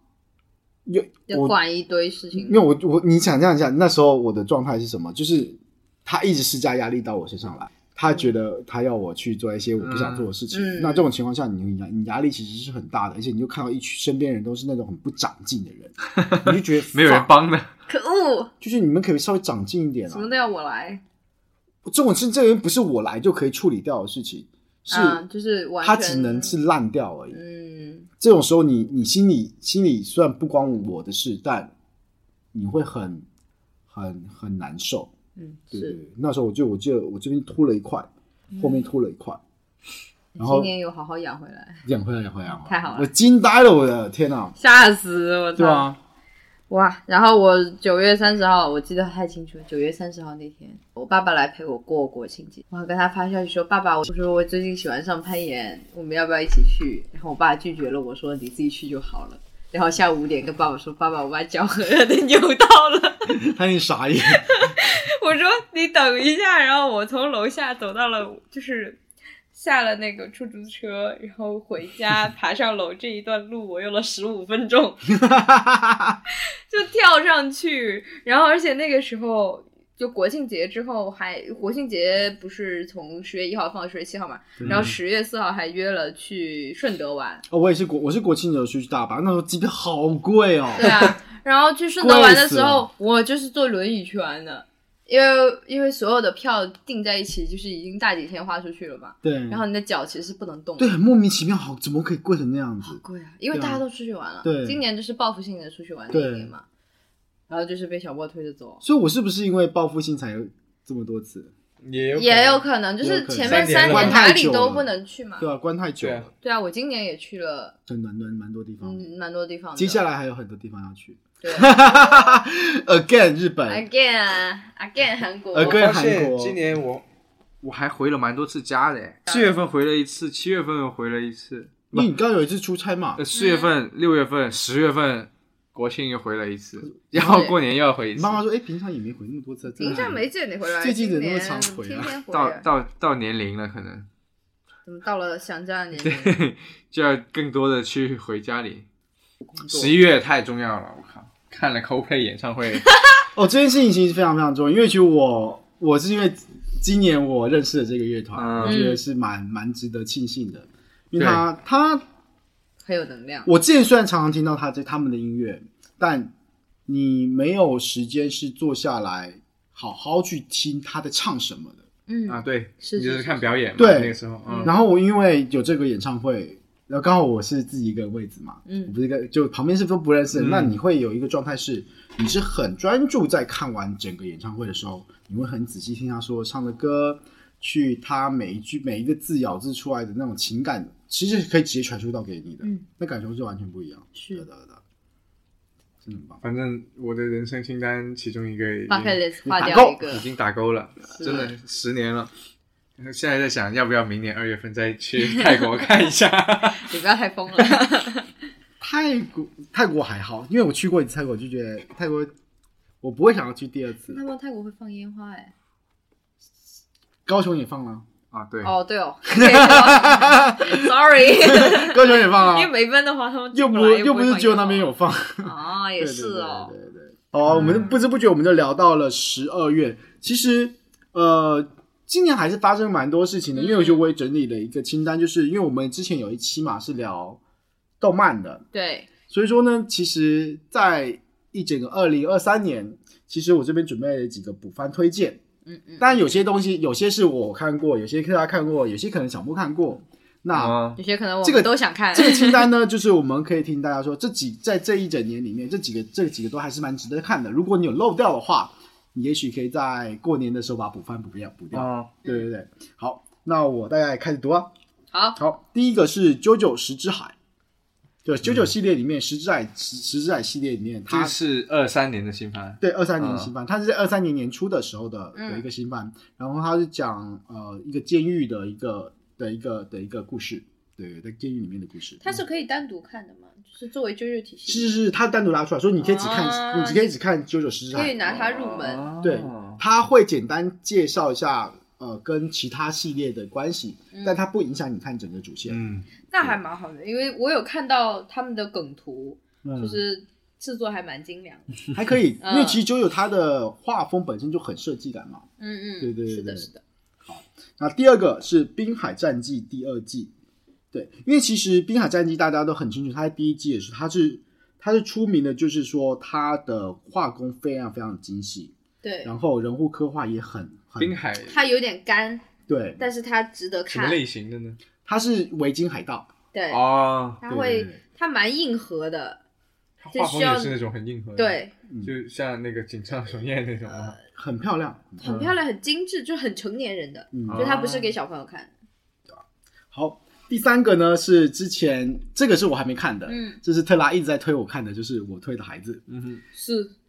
管一堆事情。 因为你想这样讲，那时候我的状态是什么？就是他一直施加压力到我身上来。他觉得他要我去做一些我不想做的事情，那这种情况下你压力其实是很大的，而且你就看到一群身边人都是那种很不长进的人，你就觉得没有人帮的， 可恶！ 就是你们可以稍微长进一点啊， 什么都要我来。 这种事，这个人不是我来就可以处理掉的事情， 就是完全他只能是烂掉而已。这种时候你心里虽然不关我的事，但你会很难受。对，那时候我记得我这边秃了一块，后面秃了一块，然后今年有好好养回来， 养回来， 太好了， 我惊呆了，我的天哪， 吓死我！ 对啊， 哇！然后我9月30号，我记得太清楚，9月30号那天，我爸爸来陪我过国庆节，我跟他发消息说：“爸爸，我说我最近喜欢上攀岩，我们要不要一起去？”然后我爸拒绝了，我说：“你自己去就好了。” 然后下午5点跟爸爸说，爸爸我把脚狠狠的扭到了。 他那傻眼。 我说你等一下，然后我从楼下走到了，就是下了那个出租车，然后回家爬上楼这一段路我用了15分钟就跳上去，然后而且那个时候就国庆节之后国庆节不是从10月1号放到10月7号嘛，然后10月4号还约了去顺德玩。 我是国庆节去大阪，那时候机票好贵哦。 对啊，然后去顺德玩的时候我就是坐轮椅去玩的，因为所有的票订在一起，就是已经大几天花出去了嘛。 对， 然后你的脚其实是不能动的。 对，很莫名其妙，怎么可以贵成那样子？ 好贵啊！因为大家都出去玩了。 对， 今年就是报复性的出去玩那一年嘛。然后就是被小波推着走。 所以我是不是因为报复性才有这么多次？ 也有可能，就是前面3年哪里都不能去嘛。 对啊，关太久了。 对啊，我今年也去了， 蛮多地方， 蛮多地方。 接下来还有很多地方要去。 对 ，again 日本 ，again 韩国。 again 韩国。 今年我还回了蛮多次家的，4月份回了一次，7月份又回了一次。 因为你刚刚有一次出差嘛。 4月份、6月份、10月份。国庆又回了一次，然后过年又要回一次。 妈妈说：“平常也没回那么多次。” 平常没见你回来， 最近怎么那么常回啊？ 天天回。 到年龄了，可能。 怎么到了想家的年龄？ 对，就要更多的去回家里。11月太重要了，我靠！看了 Coldplay 演唱会。 这件事情其实非常非常重要，因为其实我是因为今年我认识了这个乐团，我觉得是蛮值得庆幸的，因为他。 很有能量。 我之前虽然常常听到他们的音乐，但你没有时间是坐下来好好去听他在唱什么的。 对，你就是看表演嘛。 对， 那个时候。 然后我因为有这个演唱会，然后刚好我是自己一个位置嘛，我不是就旁边是都不认识的，那你会有一个状态是，你是很专注在看完整个演唱会的时候，你会很仔细听他说唱的歌，去他每一个字咬字出来的那种情感。其实可以直接传输到给你的，那感受是完全不一样。 是的，真的很棒。 反正我的人生清单其中一个划掉一个， 已经打勾了，真的10年了。现在在想要不要明年2月份再去泰国看一下。 你不要太疯了。 泰国还好，因为我去过一次泰国，就觉得泰国我不会想要去第二次。 那么泰国会放烟花高雄也放了。 对 Sorry 高雄也放啊， 因为梅奔的话他们又不是只有那边有放也是哦。 对。我们不知不觉我们就聊到了12月。其实今年还是发生蛮多事情的，因为我也整理了一个清单，就是因为我们之前有一期嘛是聊动漫的， 对， 所以说呢，其实在一整个2023年，其实我这边准备了几个补番推荐。当然有些东西，有些是我看过，有些大家看过，有些可能小木看过，那有些可能我们都想看。 这个清单呢，就是我们可以听大家说，在这一整年里面，这几个都还是蛮值得看的。如果你有漏掉的话，你也许可以在过年的时候把补番补掉。对。好，那我大概开始读啊。好，第一个是JoJo石之海。对，JoJo 系列里面，石之海系列里面，它是23年的新番。 对，23年的新番，它是在23年年初的时候的一个新番，然后它是讲一个监狱的一个故事，对，在监狱里面的故事。 它是可以单独看的吗？就是作为JoJo体系？ 是，它单独拉出来，所以你可以只看，你可以只看JoJo石之海， 可以拿它入门。 对，它会简单介绍一下跟其他系列的关系，但它不影响你看整个主线。 那还蛮好的，因为我有看到他们的梗图，就是制作还蛮精良的， 还可以。因为其实JoJo它的画风本身就很设计感嘛。对， 是的。 好，那第二个是《滨海战记》第2季。对，因为其实《滨海战记》大家都很清楚，它在第1季的时候，它是出名的，就是说它的画工非常非常精细。对，然后人物刻画也很滨海， 它有点干。 对， 但是它值得看。 什么类型的呢？ 它是维京海盗。 对它蛮硬核的， 画风也是那种很硬核的。 对， 就像那个井上雄彦那种很漂亮， 很精致，就很成年人的，就它不是给小朋友看。 好，第3个呢是之前这个是我还没看的，这是特拉一直在推我看的，就是我推的孩子。 是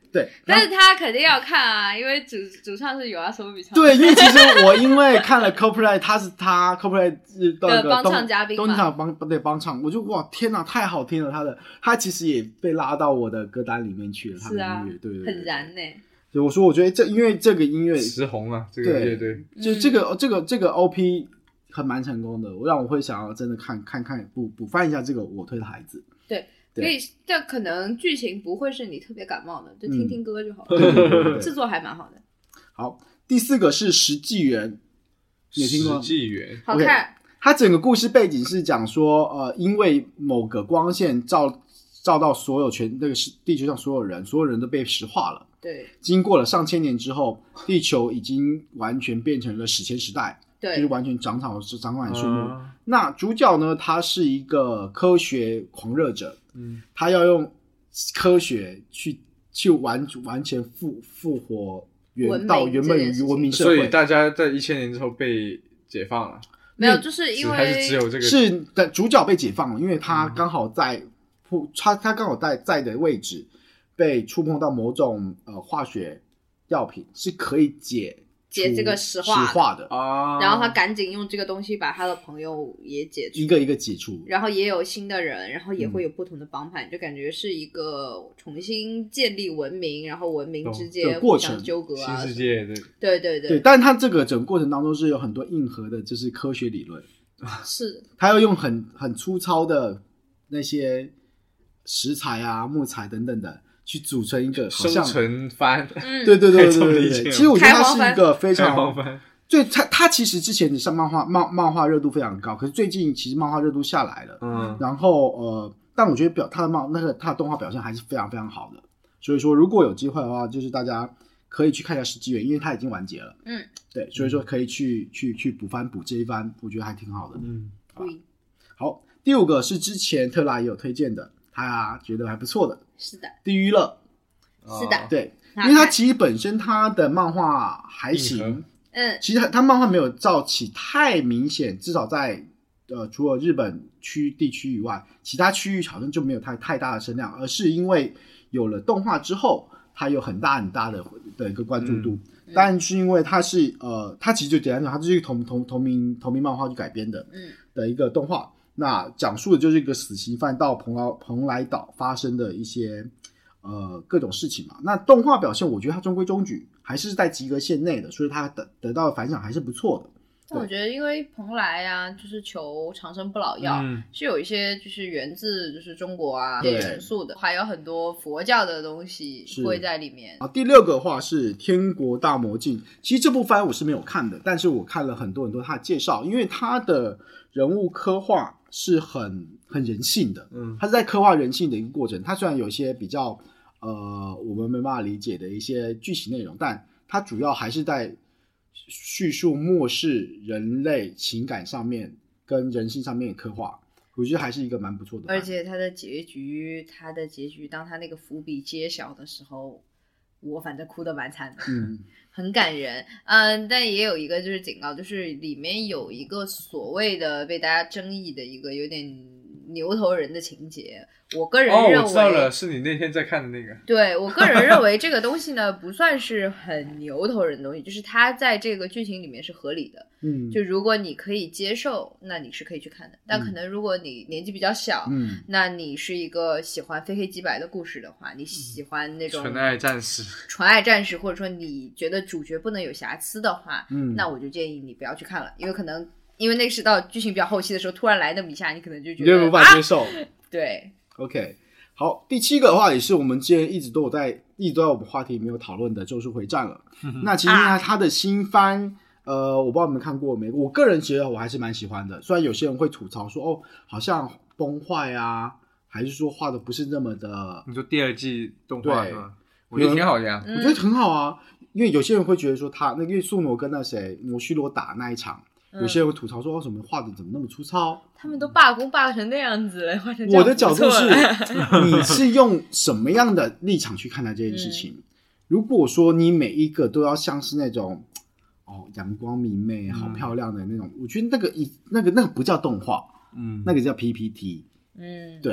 对， 但是他肯定要看啊，因为主唱是YOASOBI唱的。 对，因为其实我因为看了 Coldplay， 他是Coldplay 的帮唱嘉宾嘛， 东场帮唱，我就哇天哪，太好听了！他其实也被拉到我的歌单里面去了，他的音乐，对， 很燃呢。 所以我说，我觉得因为这个音乐石红啊，这个乐队， 就这个 OP 很蛮成功的，让我会想要真的看补翻一下这个我推的孩子。 所以这可能剧情不会是你特别感冒的，就听听歌就好了。制作还蛮好的。 好，第4个是石纪元，你有听过吗？ 石纪元好看。 它整个故事背景是讲说，因为某个光线照到所有那个地球上所有人都被石化了。 对。 经过了上千年之后，地球已经完全变成了史前时代。 对， 就是完全长满树木。那主角呢，他是一个科学狂热者，他要用科学去完全复活到原本于文明社会。 所以大家在1000年之后被解放了？ 没有，就是因为还是只有这个是的，主角被解放了，因为他刚好在他刚好在的位置被触碰到某种化学药品，是可以解这个石化的然后他赶紧用这个东西把他的朋友也解除， 一个一个解除， 然后也有新的人，然后也会有不同的帮派，就感觉是一个重新建立文明，然后文明之间互相纠葛啊， 新世界对， 但是他这个整个过程当中是有很多硬核的，就是科学理论， 是他要用很粗糙的那些石材啊、木材等等的。去组成一个生存番， 对，其实我觉得它是一个非常，对它其实之前的上漫画热度非常高，可是最近其实漫画热度下来了，然后但我觉得它的动画表现还是非常非常好的，所以说如果有机会的话，就是大家可以去看一下石纪元，因为它已经完结了，对，所以说可以去补这一番，我觉得还挺好的，好，第5个是之前特拉也有推荐的，他觉得还不错的。 是的， 地狱乐， 是的， 对，因为它其实本身它的漫画还行，其实它漫画没有造起太明显，至少在除了日本地区以外，其他区域好像就没有太大的声量，而是因为有了动画之后，它有很大的一个关注度，但是因为它是它其实就简单讲，它就是一个同名漫画去改编的一个动画。那讲述的就是一个死刑犯到蓬莱岛发生的一些各种事情嘛。那动画表现我觉得它中规中矩，还是在及格线内的，所以它得到的反响还是不错的。 但我觉得因为蓬莱啊就是求长生不老药，是有一些就是源自就是中国啊元素的，还有很多佛教的东西会在里面。 第6个的话是天国大魔镜，其实这部番我是没有看的，但是我看了很多它的介绍，因为它的人物刻画是很人性的，它是在刻画人性的一个过程。它虽然有一些比较我们没办法理解的一些剧情内容，但它主要还是在叙述末世人类情感上面跟人性上面的刻画，我觉得还是一个蛮不错的。 而且它的结局当它那个伏笔揭晓的时候，我反正哭得蛮惨的，很感人。但也有一个就是警告，就是里面有一个所谓的被大家争议的一个有点牛头人的情节。我个人认为， 我知道了，是你那天在看的那个。 对，我个人认为这个东西呢不算是很牛头人的东西，就是它在这个剧情里面是合理的。就如果你可以接受，那你是可以去看的。但可能如果你年纪比较小，那你是一个喜欢非黑即白的故事的话，你喜欢那种纯爱战士， 或者说你觉得主角不能有瑕疵的话，那我就建议你不要去看了，因为那是到剧情比较后期的时候突然来那么一下，你可能就觉得你无法接受。 对 OK， 好，第7个的话也是我们之前一直都在我们话题没有讨论的《咒术回战》了。那其实它的新番，我不知道你们看过没？我个人觉得我还是蛮喜欢的，虽然有些人会吐槽说好像崩坏啊，还是说画的不是那么的。 你说第2季动画是吧？我觉得挺好的呀， 我觉得很好啊，因为有些人会觉得说他那个素挪跟那谁摩须罗打那一场。有些人会吐槽说怎么画的怎么那么粗糙， 他们都罢工罢成那样子了，画成这样。 我的角度是你是用什么样的立场去看待这件事情？如果说你每一个都要像是那种阳光明媚好漂亮的那种，我觉得那个不叫动画，那个叫 PPT。对，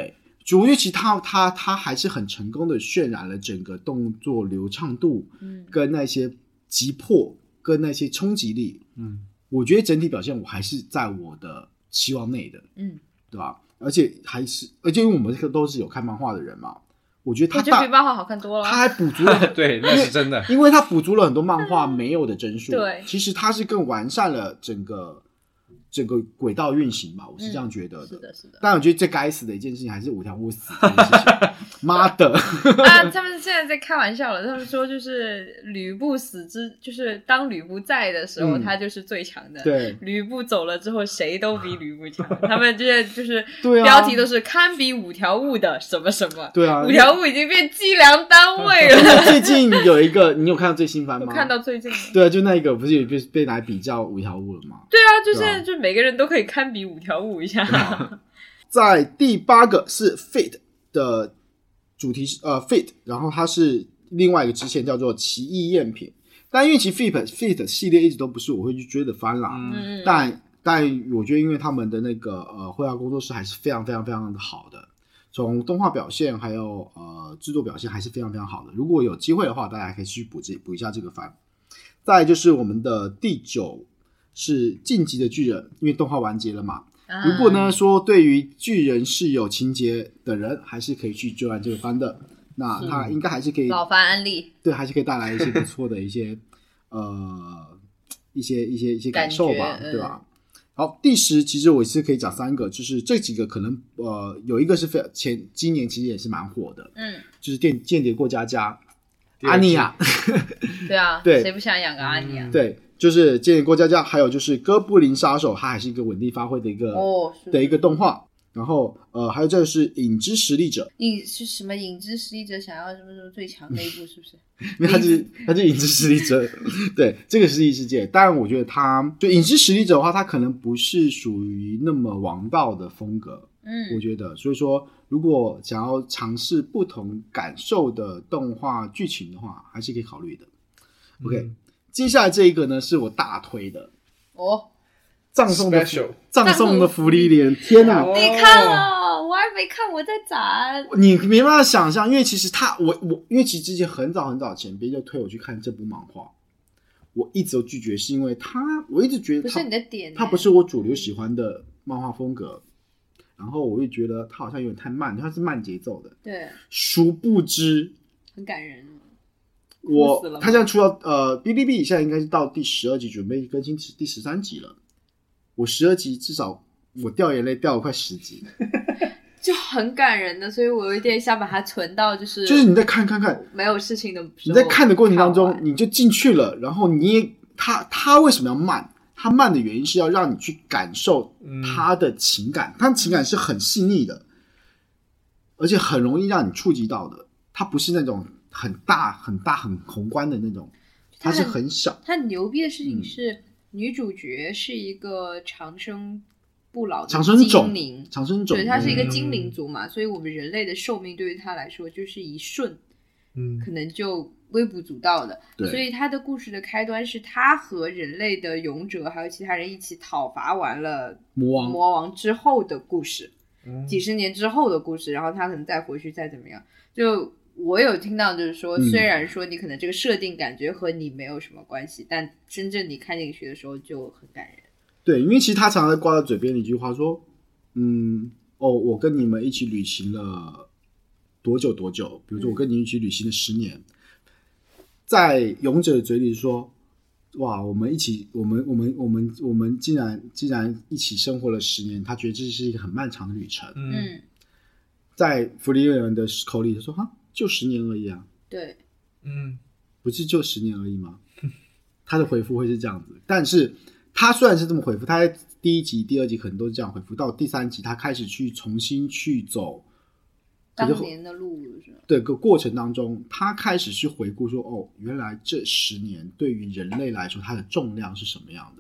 主角其实他还是很成功的渲染了整个动作流畅度，跟那些急迫跟那些冲击力，我觉得整体表现我还是在我的期望内的，对吧？而且因为我们都是有看漫画的人嘛，我觉得他比漫画好看多了， 他还补足了对，那是真的， 因为他补足了很多漫画没有的帧数， 对， 其实他是更完善了整个轨道运行吧，我是这样觉得的。 是的。 但我觉得最该死的一件事情还是五条悟死这件事情，妈的！ 他们现在在开玩笑了，他们说就是吕布就是当吕布在的时候，他就是最强的。 对， 吕布走了之后，谁都比吕布强。他们这些就是对标题都是堪比五条悟的什么什么。 对啊， 五条悟已经变计量单位了。 最近有一个，你有看到最新番吗？ 我看到最近的。 对啊，就那一个不是有被拿来比较五条悟了吗？ 对啊，就每个人都可以堪比五条悟一下。 在第8个是 Fate 的主题Fate， 然后它是另外一个支线叫做奇异赝品，但因为其实 Fate 系列一直都不是我会去追的番啦，但我觉得因为他们的那个绘画工作室还是非常非常非常的好的，从动画表现还有制作表现还是非常非常好的，如果有机会的话大家可以去补一下这个番。再来就是我们的第9是晋级的巨人，因为动画完结了嘛，如果呢说对于巨人是有情节的人，还是可以去追完这个番的，那他应该还是可以老番案例， 对，还是可以带来一些不错的一些一些感受吧，对吧？好，第10其实我是可以讲3个，就是这几个可能有一个是今年其实也是蛮火的，就是间谍过家家阿尼亚， 对啊， 对， 谁不想养个阿尼亚？ 对，就是间谍过家家，还有就是哥布林杀手，它还是一个稳定发挥的一个动画。然后还有这个是影之实力者， 是什么影之实力者想要什么什么最强那一部是不是？ 因为他是影之实力者，对，这个是异世界。当然我觉得他就影之实力者的话，他可能不是属于那么王道的风格，我觉得，所以说如果想要尝试不同感受的动画剧情的话，还是可以考虑的。OK，接下来这一个呢是我大推的葬送的芙莉莲，天哪！ 你看了，我还没看，我在攒。 你没办法想象，因为其实因为其实之前很早前别人就推我去看这部漫画，我一直都拒绝，是因为我一直觉得不是你的点， 它不是我主流喜欢的漫画风格，然后我就觉得它好像有点太慢，它是慢节奏的。 对， 殊不知很感人。 它现在出到哔哩哔哩现在应该是到第12集，准备更新第13集了。我12集至少我掉眼泪掉了快10集， 就很感人的，所以我有一点想把它存到就是你在看没有事情的时候， 你在看的过程当中你就进去了，然后他为什么要慢？他慢的原因是要让你去感受他的情感，他的情感是很细腻的，而且很容易让你触及到的，他不是那种很大很宏观的那种，他是很小。 他很牛逼的事情是女主角是一个长生不老的精灵， 长生种， 对，她是一个精灵族嘛，所以我们人类的寿命对于她来说就是一瞬，可能就微不足道的。所以她的故事的开端是她和人类的勇者还有其他人一起讨伐完了魔王之后的故事，几十年之后的故事，然后她可能再回去再怎么样。就我有听到就是说，虽然说你可能这个设定感觉和你没有什么关系，但真正你看进去的时候就很感人。 对，因为其实他常常挂在嘴边的一句话说，我跟你们一起旅行了多久，比如说我跟你一起旅行了10年，在勇者的嘴里说，哇，我们竟然一起生活了10年，他觉得这是一个很漫长的旅程。在芙莉莲的口里他说就10年而已啊。 对， 不是就10年而已吗？他的回复会是这样子，但是他虽然是这么回复，他在第1集、第2集可能都是这样回复，到第3集他开始去重新去走当年的路， 这个过程当中，他开始去回顾说，原来这10年对于人类来说，它的重量是什么样的？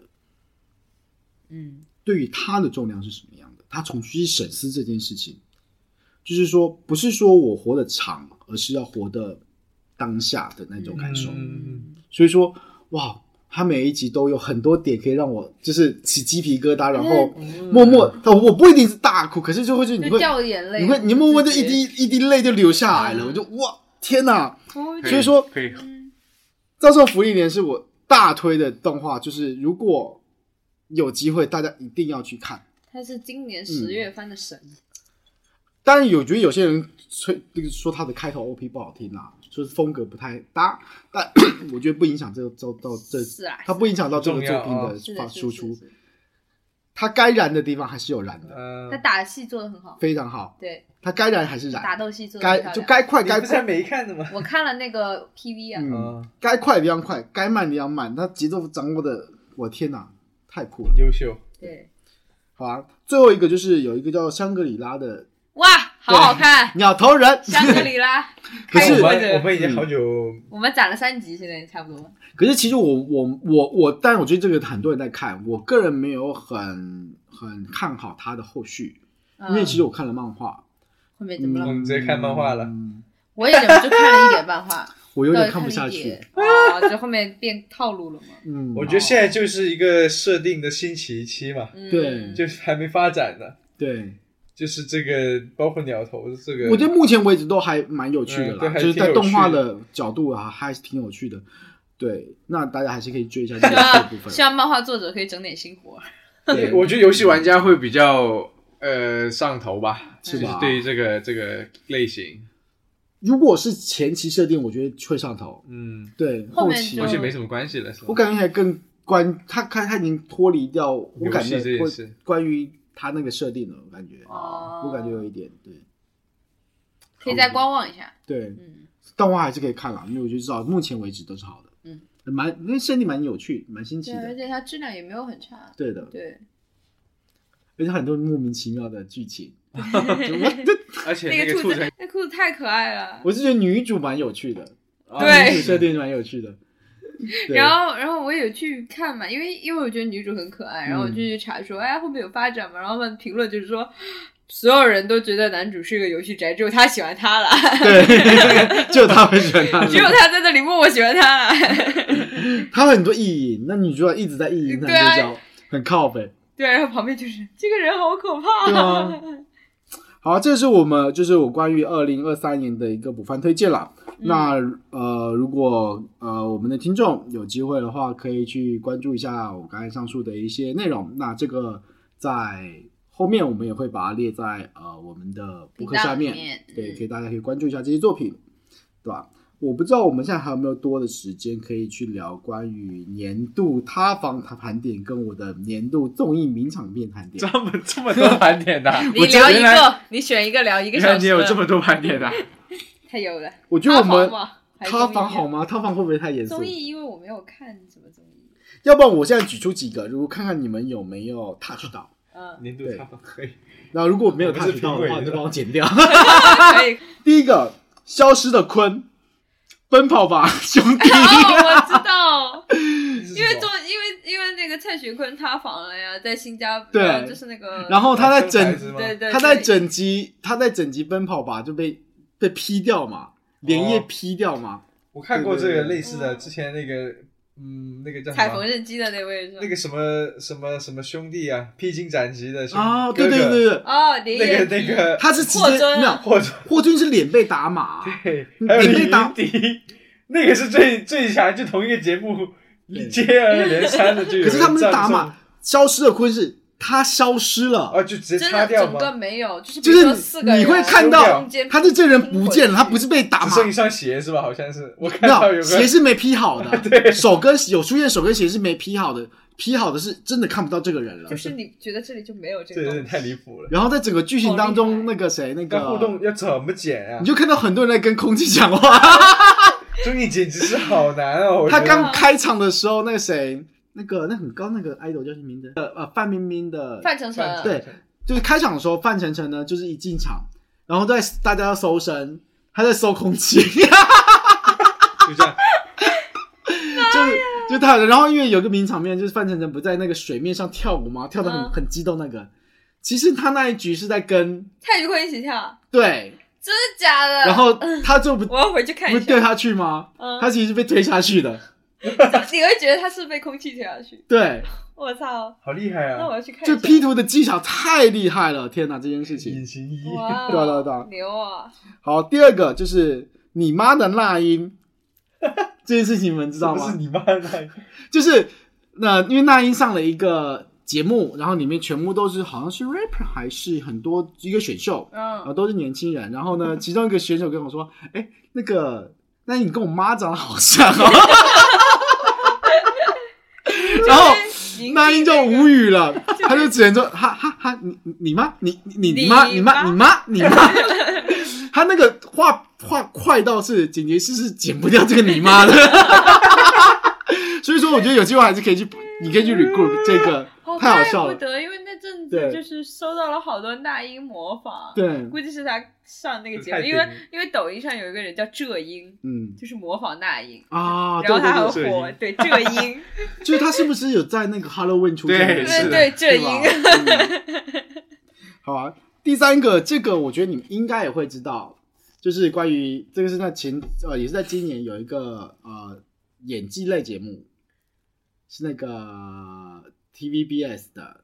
对于他的重量是什么样的？他重新去审视这件事情。就是说不是说我活得长，而是要活得当下的那种感受。所以说哇， 他每一集都有很多点可以让我就是起鸡皮疙瘩，然后默默我不一定是大哭，可是就会你会掉眼泪， 你默默就一滴泪就流下来了，我就哇天哪！所以说可以。 造兽福利连是我大推的动画，就是如果有机会大家一定要去看。 它是今年10月番的神。 当然觉得有些人说他的开头 OP 不好听啦，说是风格不太搭，但我觉得不影响它不影响到这个作品的输出。它该燃的地方还是有燃的。 它打戏做得很好， 非常好。 对， 它该燃还是燃， 打斗戏做得很漂亮， 就该快该快。 没看的吗？ 我看了那个 PV 啊。 该快的地方快，该慢的地方慢，它节奏掌握的，我天哪，太酷了， 优秀。 对， 好啊。最后一个就是有一个叫香格里拉的。 哇，好好看！ 鸟头人， 香格里拉。 可是我们已经好久， 我们攒了3集，现在差不多。 可是其实但是我觉得这个很多人在看，我个人没有很看好他的后续，因为其实我看了漫画。 后面怎么了？ 我们直接看漫画了。 我也忍不住看了一点漫画， 我有点看不下去。 就后面变套路了嘛。 我觉得现在就是一个设定的新奇期嘛， 对， 就是还没发展呢。 对。 就是这个，包括鸟头这个， 我觉得目前为止都还蛮有趣的啦，就是在动画的角度啊，还是挺有趣的。对，那大家还是可以追一下这个部分。 希望漫画作者可以整点新活。 对，我觉得游戏玩家会比较上头吧， 是吧？ 对于这个类型， 如果是前期设定，我觉得会上头。对，后期没什么关系了。 我感觉还更他已经脱离掉，我感觉关于他那个设定了，我感觉有一点对， 可以再观望一下。 对，动画还是可以看啦，因为我觉得至少目前为止都是好的。因为设定蛮有趣，蛮新奇的， 而且它质量也没有很差。 对的， 对， 而且很多莫名其妙的剧情， 而且那个兔子太可爱了。 我是觉得女主蛮有趣的， 对， 女主设定蛮有趣的。 然后我也有去看嘛，因为我觉得女主很可爱，然后我就去查说，后面有发展嘛，然后评论就是说，所有人都觉得男主是个游戏宅，只有他喜欢他了。 对，只有他会喜欢他， 只有他在这里默默喜欢他了。 他很多意淫，那女主角一直在意淫男主角，很靠北。 对，然后旁边就是这个人好可怕。 对啊。好，这是我关于2023年的一个补番推荐啦。那如果我们的听众有机会的话，可以去关注一下我刚才上述的一些内容。那这个在后面我们也会把它列在我们的博客下面，对，大家可以关注一下这些作品，对吧？我不知道我们现在还有没有多的时间可以去聊关于年度塌房盘点跟我的年度综艺名场面盘点。 这么多盘点的、 你聊一个，你选一个聊1个小时。 你有这么多盘点的、 太有了。 我觉得我们塌房好吗？塌房会不会太严肃？ 综艺因为我没有看什么综艺。 要不然我现在举出几个，如果看看你们有没有 touch 到。 年度塌房可以。 那如果没有 touch 到的话，你就帮我剪掉。 可以。 第一个，消失的鲲。奔跑吧兄弟。 我知道，因为那个蔡徐坤塌房了呀，在新加坡， 对， 就是那个， 然后他在整集奔跑吧就被劈掉嘛，连夜劈掉嘛。 我看过这个类似的，之前那个那个叫什么踩缝纫机的那位， 那个什么兄弟啊，披荆斩棘的兄弟，对对对， 那个他是直接霍尊是脸被打码， 对，还有李云迪，那个是最强，就同一个节目接二连三的就有。 可是他们是打码，消失的鲲是他消失了， 就直接擦掉吗？ 整个没有，就是你会看到他的这人不见了，他不是被打码， 只剩一双鞋是吧？好像是我看到有个鞋是没披好的， 对， 手跟有出现手跟鞋是没披好的。披好的是真的看不到这个人了， 就是你觉得这里就没有这个， 这有点太离谱了。 然后在整个剧情当中，那个谁，那个互动要怎么剪啊？ 你就看到很多人在跟空气讲话， 综艺简直是好难哦。 他刚开场的时候，那个谁，那很高那个 idol 叫什么名字？范冰冰的范丞丞， 对，就是开场的时候，范丞丞呢就是一进场，然后大家要搜身，他在搜空气， 就这样。 就他，然后因为有个名场面，就是范丞丞不在那个水面上跳舞吗？跳得很激动那个。其实他那一局是在跟蔡徐坤一起跳。 对， 真的假的？ 然后他就不， 我要回去看一下， 不掉下去吗？他其实是被推下去的。 你会觉得他是被空气吹下去。 对， 我操， 好厉害啊！ 那我要去看一就下。 P 图的技巧太厉害了，天哪，这件事情隐。形衣， 哇， 对牛啊！ 好，第二个就是你妈的那英，这件事情你们知道吗？ 不是你妈的那一个就是因为那英上了一个节目，然后里面全部都是好像是 rapper 还是很多一个选秀，然后都是年轻人。然后呢，其中一个选手跟我说：“哎，那你跟我妈长得好像哦。”然后那英就无语了，他就只能说：“哈，你妈，你妈。”他那个话快到是剪辑师是剪不掉这个你妈的。所以说，我觉得有机会还是可以去，你可以去 regroup 这个，太好笑了。 怪不得，因为那阵子就是收到了好多那英模仿， 对， 估计是他上那个节目， 太顶了因为抖音上有一个人叫浙英，就是模仿那英啊， 然后他很对火，对浙英， 就是他是不是有在那个 Halloween 出现？ 对浙英。 好啊，第三个，这个我觉得你们应该也会知道，就是关于这个是在也是在今年有一个演技类节目。是那个 TVBS 的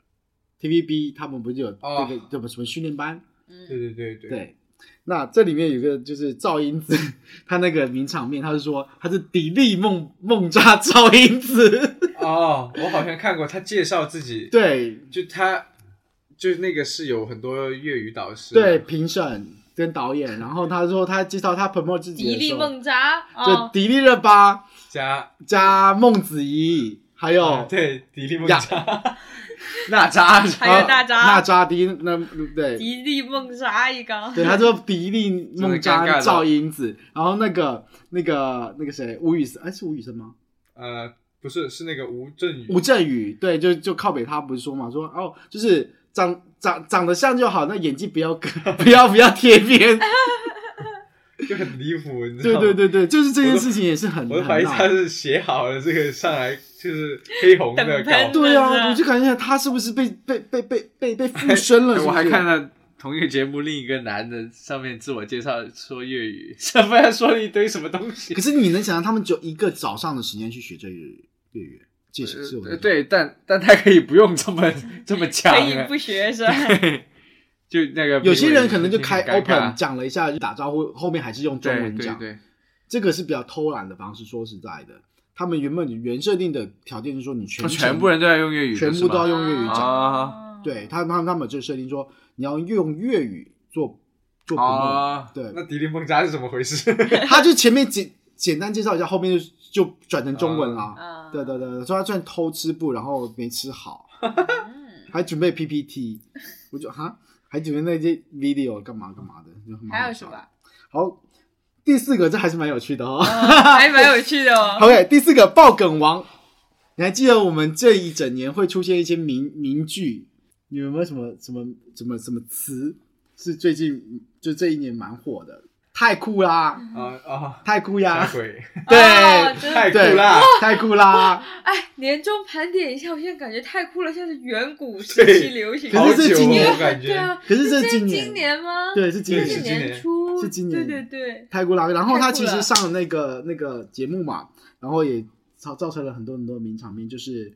TVB， 他们不是有这个什么训练班？对。那这里面有一个就是赵英子，他那个名场面，他是说他是砥砺梦渣赵英子。 哦，我好像看过他介绍自己， 对， 就那个是有很多粤语导师， 对，评审跟导演，然后他说他介绍他 promote 自己的时候， 砥砺梦渣， 就砥砺热巴加孟子怡。还有对砥砺梦渣， 娜扎， 还有娜扎对砥砺梦渣一个， 对，他说砥砺梦渣赵英子，然后那个谁吴宇森，是吴宇森吗？ 不是，是那个吴镇宇， 对，就靠北他不是说嘛，说就是长得像就好，那演技不要贴边。 就很离谱，你知道吗？ 对，就是这件事情也是很， 我都怀疑他是写好了这个上来就是黑红的稿。 对啊，我就感觉他是不是被附身了？ 我还看到同一个节目另一个男的上面自我介绍说粤语，上面还说了一堆什么东西。 可是你能想象他们只有一个早上的时间去学这粤语？ 对，但他可以不用这么强， 可以不学是吧？ 就那个有些人可能就开 open 讲了一下就打招呼，后面还是用中文讲。 对， 这个是比较偷懒的方式。说实在的，他们原设定的条件是说你全部人都要用粤语， 全部都要用粤语讲。 对，他们就设定说你要用粤语做对， 那砥砺梦渣是怎么回事？ 他就前面简单介绍一下，后面就转成中文了。对，说他算偷吃不，然后没吃好，还准备 PPT， 我就还准备那些 video 干嘛的， 还有什么？ 好，第四个这还是蛮有趣的还蛮有趣的哦。 OK， 第四个爆梗王，你还记得我们这一整年会出现一些名句？你有没有什么词是最近就这一年蛮火的？太酷啦！太酷呀！对， 太酷啦！ 太酷啦！ 哎，年终盘点一下，我现在感觉太酷了，像是远古时期流行。 可是是今年， 对啊， 可是是今年吗？ 对，是今年， 是年初， 是今年。 对， 太酷啦！然后他其实上了那个节目嘛，然后也造成了很多名场面，就是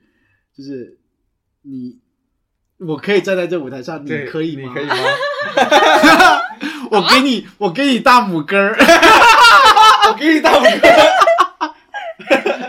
我可以站在这舞台上，你可以吗？ 你可以吗？ 我给你大拇哥儿， 我给你大拇哥儿。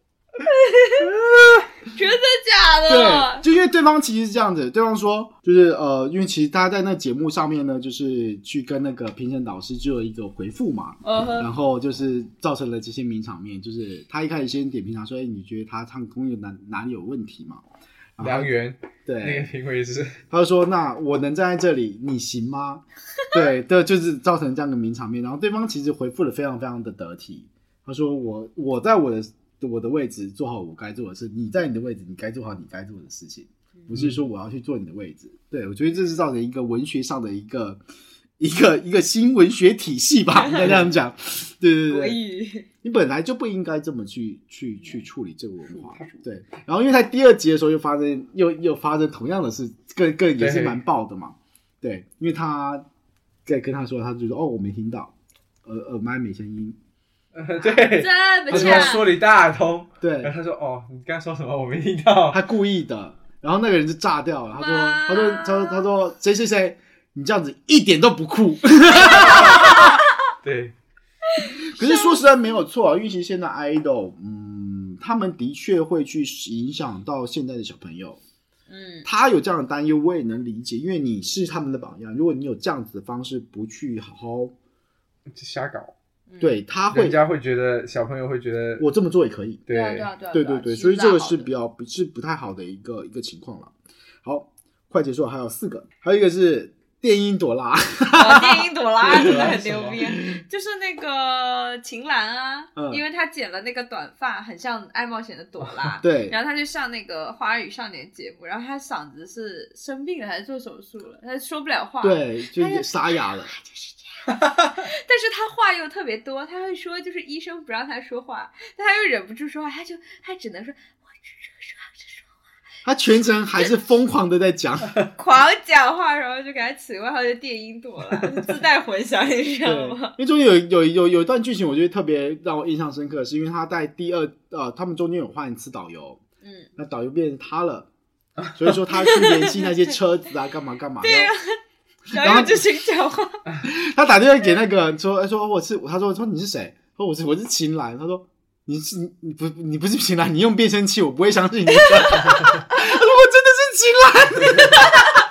真的假的？ 对，就因为对方其实是这样子，对方说就是因为其实大家在那节目上面呢，就是去跟那个评审导师就有一个回复嘛，然后就是造成了这些名场面，就是他一开始先点评他说，你觉得他唱功有哪里有问题吗？ 梁元， 对， 那个评委是， 他就说：“那我能站在这里，你行吗？”对，就是造成这样的名场面。然后对方其实回复的非常非常的得体，他说：“我在我的位置做好我该做的事，你在你的位置，你该做好你该做的事情，不是说我要去做你的位置。”对，我觉得这是造成一个文学上的一个新文学体系吧，应该这样讲。对，你本来就不应该这么去处理这个文化。对，然后因为在第二集的时候又发生同样的事，更也是蛮爆的嘛。对，因为他在跟他说，他就说我没听到，耳麦没声音。 对， 这么他突然强， 说了一大通， 对然后他说哦，你刚刚说什么我没听到， 他故意的，然后那个人就炸掉了，他说谁谁谁，你这样子一点都不酷。 对， 可是说实在没有错啊，因为其实现在 idol，他们的确会去影响到现在的小朋友。他有这样的担忧，我也能理解，因为你是他们的榜样。如果你有这样子的方式，不去好好瞎搞， 对他会， 人家会觉得小朋友会觉得我这么做也可以。 对对，所以这个是不太好的一个情况了。好，快结束了，还有4个，还有一个是电音朵拉。 电音朵拉真的很牛逼，就是那个秦岚啊，因为她剪了那个短发，很像爱冒险的朵拉。 对， 然后她就上那个花儿与少年节目，然后她嗓子是生病了还是做手术了，她说不了话， 对，就沙哑了。 就是这样，但是她话又特别多，她会说就是医生不让她说话，但她又忍不住说话，她只能说我只是说他全程还是疯狂的在讲， 狂讲话，然后就给他起外号叫电音朵拉，自带混响，你知道吗？ 因为中间有一段剧情，我觉得特别让我印象深刻，是因为他在他们中间有换一次导游，那导游变成他了，所以说他去联系那些车子啊，干嘛干嘛。 对啊，然后就先讲话。 他打电话给那个说他说你是谁？说我是秦岚。他说你不是秦岚，你用变声器，我不会相信你。他说我真的是秦岚。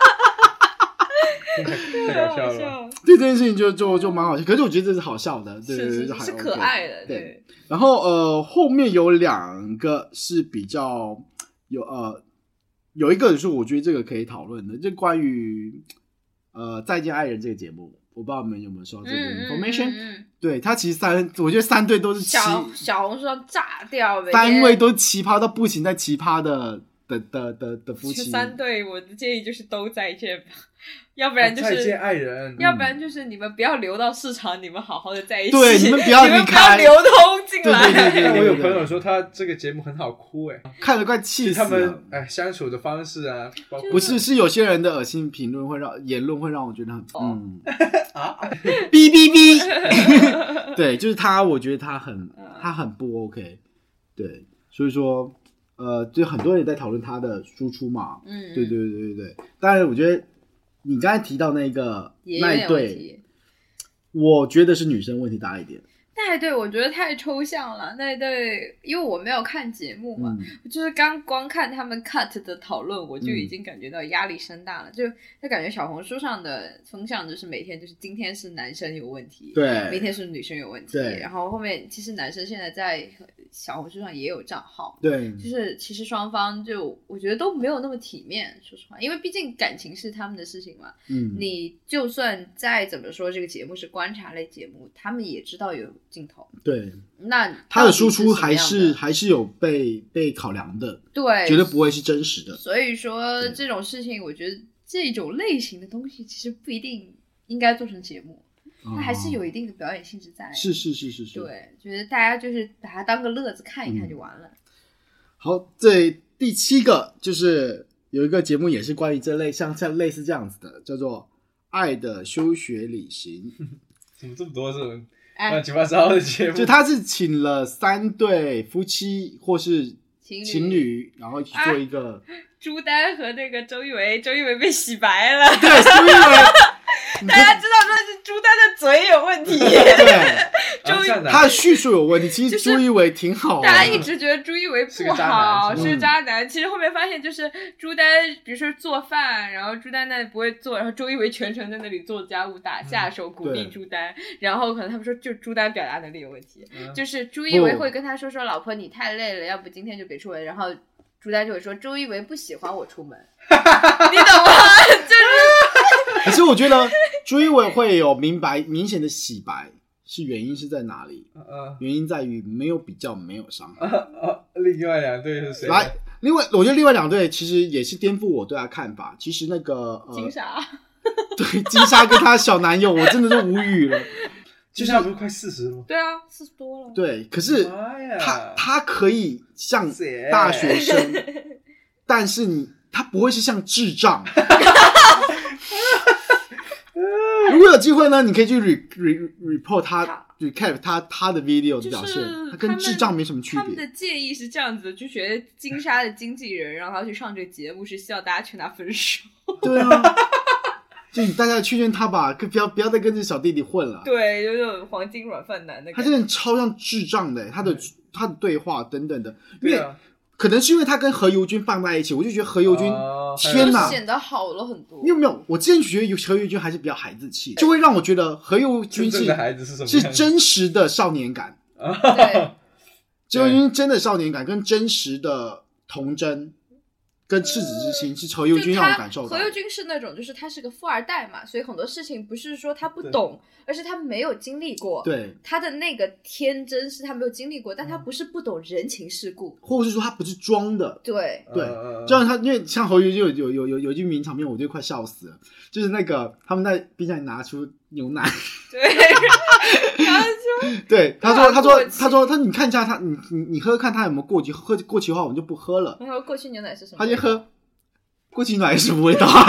太搞笑了。 对这件事情就蛮好笑，可是我觉得这是好笑的，对， 是可爱的，对。 然后后面有2个是比较有一个是我觉得这个可以讨论的，就关于再见爱人这个节目，我不知道你们有没有收到这个 information。对，他其实我觉得3对都是小红书上炸掉的 ，3位都奇葩到不行，在奇葩的夫妻。 3对，我的建议就是都再见吧，要不然就是再见爱人， 要不然就是你们不要留到市场，你们好好的在一起。 对，你们不要离开， 你们不要流通进来。 对， 我有朋友说他这个节目很好哭， 看得快气死了。 他们相处的方式啊， 不是有些人的恶心评论言论会让我觉得很哔哔哔。对，就是他，我觉得他很不 OK。对，所以说就很多人在讨论他的输出嘛。对。当然，我觉得你刚才提到那一对，我觉得是女生问题大一点。 那一对我觉得太抽象了，那一对因为我没有看节目嘛，就是光看他们 cut 的讨论，我就已经感觉到压力山大了。就感觉小红书上的风向就是每天就是今天是男生有问题， 对， 明天是女生有问题， 对， 然后后面其实男生现在在小红书上也有账号， 对， 就是其实双方就我觉得都没有那么体面，说实话，因为毕竟感情是他们的事情嘛。你就算再怎么说这个节目是观察类节目，他们也知道有镜头， 对， 那他的输出还是有被考量的， 对， 绝对不会是真实的。 所以说这种事情，我觉得这种类型的东西其实不一定应该做成节目。它还是有一定的表演性质在， 是， 对，觉得大家就是把它当个乐子看一看就完了。 好，这第7个就是有一个节目也是关于这类像类似这样子的，叫做《爱的休学旅行》。 怎么这么多这种乱七八糟的节目？ 就他是请了3对夫妻或是情侣，然后一起做一个。 朱丹和那个周一围被洗白了。 对，周一围。 大家知道那是朱丹的嘴有问题， 对，他的叙述有问题。其实朱一围挺好的， 大家一直觉得朱一围不好，是渣男。其实后面发现就是朱丹，比如说做饭，然后朱丹那不会做，然后周一围全程在那里做家务、打下手，鼓励朱丹。然后可能他们说就朱丹表达能力有问题，就是朱一围会跟他说老婆你太累了，要不今天就别出门。然后朱丹就会说周一围不喜欢我出门，你懂吗？就是可是我觉得朱一围会有明显的洗白，原因是在哪里？原因在于没有比较，没有伤害。 另外2对是谁？ 来，我觉得另外2对其实也是颠覆我对他看法。其实那个金莎， 对，金莎跟她小男友，我真的是无语了。 金莎不是快40了吗？ 对啊，40多了。 对，可是他可以像大学生，但是他不会是像智障。如果有机会呢，你可以去report 他就 Kev 他的 video 的表现， 就是他跟智障没什么区他们别。 的建议是这样子，就觉得金莎的经纪人让他去上这个节目，是希望大家劝他分手。 对啊，就大家劝劝他吧，不要再跟这小弟弟混了。 对，有种黄金软饭男的感觉。 他真的超像智障的，他的对话等等的，因为对啊， 可能是因为他跟何猷君放在一起，我就觉得何猷君，天哪， 显得好了很多。 没有，我之前觉得何猷君还是比较孩子气，就会让我觉得何猷君真正的孩子是什么是样子？ 真实的少年感， 对， 何猷君真的少年感跟真实的童真。跟赤子之心是何猷君让我感受到。 何猷君是那种，就是他是个富二代嘛，所以很多事情不是说他不懂，而是他没有经历过。 对， 他的那个天真是他没有经历过，但他不是不懂人情世故， 或者是说他不是装的。 对， 就像他，因为像何猷君有一句名场面，我就快笑死了，就是那个他们在冰箱里拿出牛奶， 对，然后就对，他说你看一下他，你喝看他有没有过期，喝过期的话我们就不喝了。 然后过去牛奶是什么？ 他就喝过期牛奶是什么味道？ 我不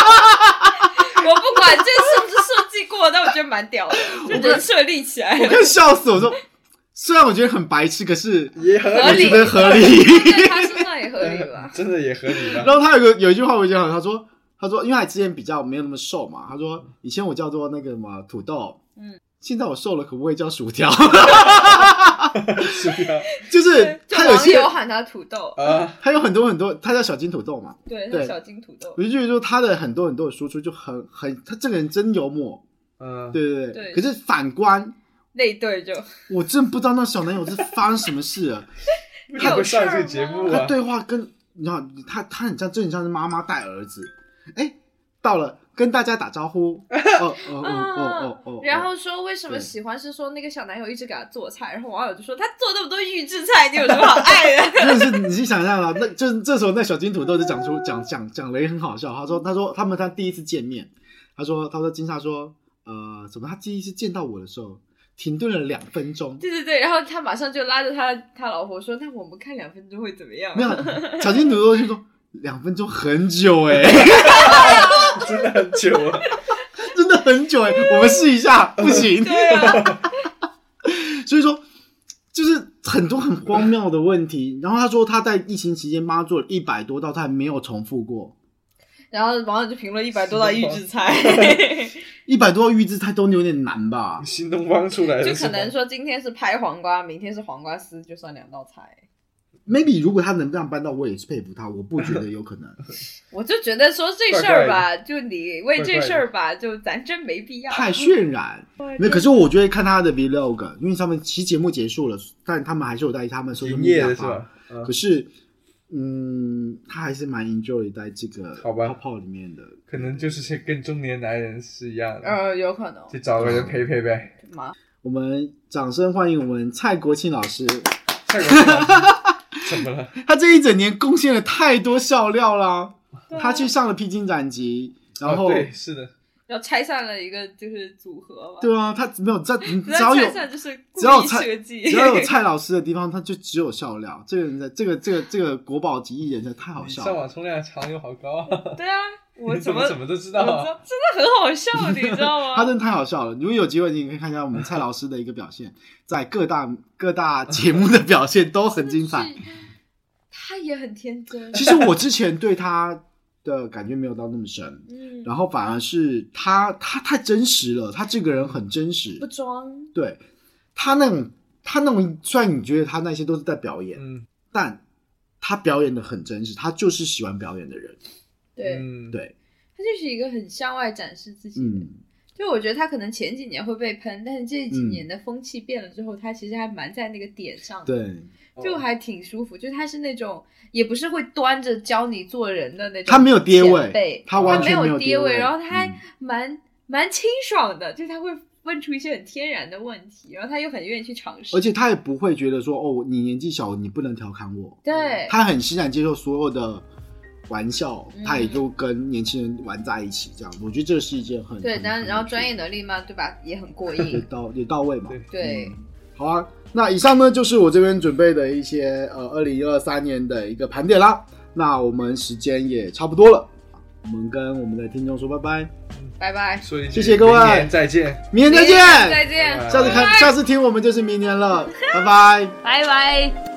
管这是不是设计过，但我觉得蛮屌的，就人设立起来了。 我快笑死我说，虽然我觉得很白痴，可是也合理我觉得合理。 在他身上也合理吧？ 真的也合理吧？ 然后他有一句话我觉得好，他说，因为他之前比较没有那么瘦嘛，他说以前我叫做那个什么土豆，现在我瘦了，可不可以叫薯条？ 薯条就是他有些网友喊他土豆啊， 他有很多，他叫小金土豆嘛， 对， 对小金土豆。 我就觉得说他的很多的输出就很，他这个人真幽默，对。 对可是反观那一对就我真不知道那小男友是发生什么事了。 他会上这个节目啊？ 他对话跟你知道，他很像，真的像是妈妈带儿子。哎，到了跟大家打招呼， 然后说为什么喜欢是说那个小男友一直给他做菜，然后网友就说他做那么多预制菜，你有什么好爱的？ 真的是你去想象了，那就这时候那小金土豆就讲了也很好笑。他说他第一次见面，他说金莎说怎么他第一次见到我的时候停顿了2分钟。 对，然后他马上就拉着他老婆说，那我们看2分钟会怎么样？ 没有，小金土豆就说2分钟很久真的很久啊， 真的很久我们试一下，不行。 对啊， 所以说就是很多很荒谬的问题。然后他说他在疫情期间帮他做了100多道菜，没有重复过。 然后网友就评论100多道预制菜 ，100多道预制菜都有点难吧？ 新东方出来的， 就可能说今天是拍黄瓜，明天是黄瓜丝，就算2道菜。 maybe 如果他能这样办到，我也是佩服他，我不觉得有可能。 我就觉得说这事儿吧，就你为这事儿吧，就咱真没必要。 太渲染。没有，可是我觉得看他的 vlog， 因为他们其实节目结束了，但他们还是有在他们social media的是吧？可是，他还是蛮 enjoy 在这个泡泡里面的。 可能就是跟中年男人是一样的。 有可能。 就找个人陪陪呗。 我们掌声欢迎我们蔡国庆老师。 蔡国庆老师。怎么了？ 他这一整年贡献了太多笑料啦！他去上了披荆斩棘，然后对，是的， 要拆散了一个就是组合吧。 对啊，他没有只要有蔡老师的地方，他就只有笑料。这个人的这个国宝级艺人真的太好笑了。 上网冲量常有好高啊！ 对啊，我怎么都知道啊， 真的很好笑，你知道吗？ 他真的太好笑了。如果有机会，你可以看一下我们蔡老师的一个表现，在各大节目的表现都很精彩。 他也很天真。 其实我之前对他的感觉没有到那么深，然后反而是他太真实了，他这个人很真实， 不装。 对，他那种虽然你觉得他那些都是在表演，但他表演的很真实，他就是喜欢表演的人。 对，他就是一个很向外展示自己的人。就我觉得他可能前几年会被喷，但是这几年的风气变了之后，他其实还蛮在那个点上的。 对。 就还挺舒服，就他是那种也不是会端着教你做人的那种， 他没有爹味，他完全没有爹味，然后他还蛮清爽的，就他会问出一些很天然的问题，然后他又很愿意去尝试， 而且他也不会觉得说你年纪小你不能调侃我， 对， 他很欣然接受所有的玩笑，他也就跟年轻人玩在一起，这样我觉得这是一件很对，然后专业能力嘛，对吧，也很过硬， 也到位嘛， 对。 好啊，那以上呢就是我这边准备的一些2023年的一个盘点啦。那我们时间也差不多了， 我们跟我们的听众说拜拜， 拜拜， 谢谢各位， 明年再见， 明年再见， 再见， 下次听我们就是明年了，拜拜， 拜拜。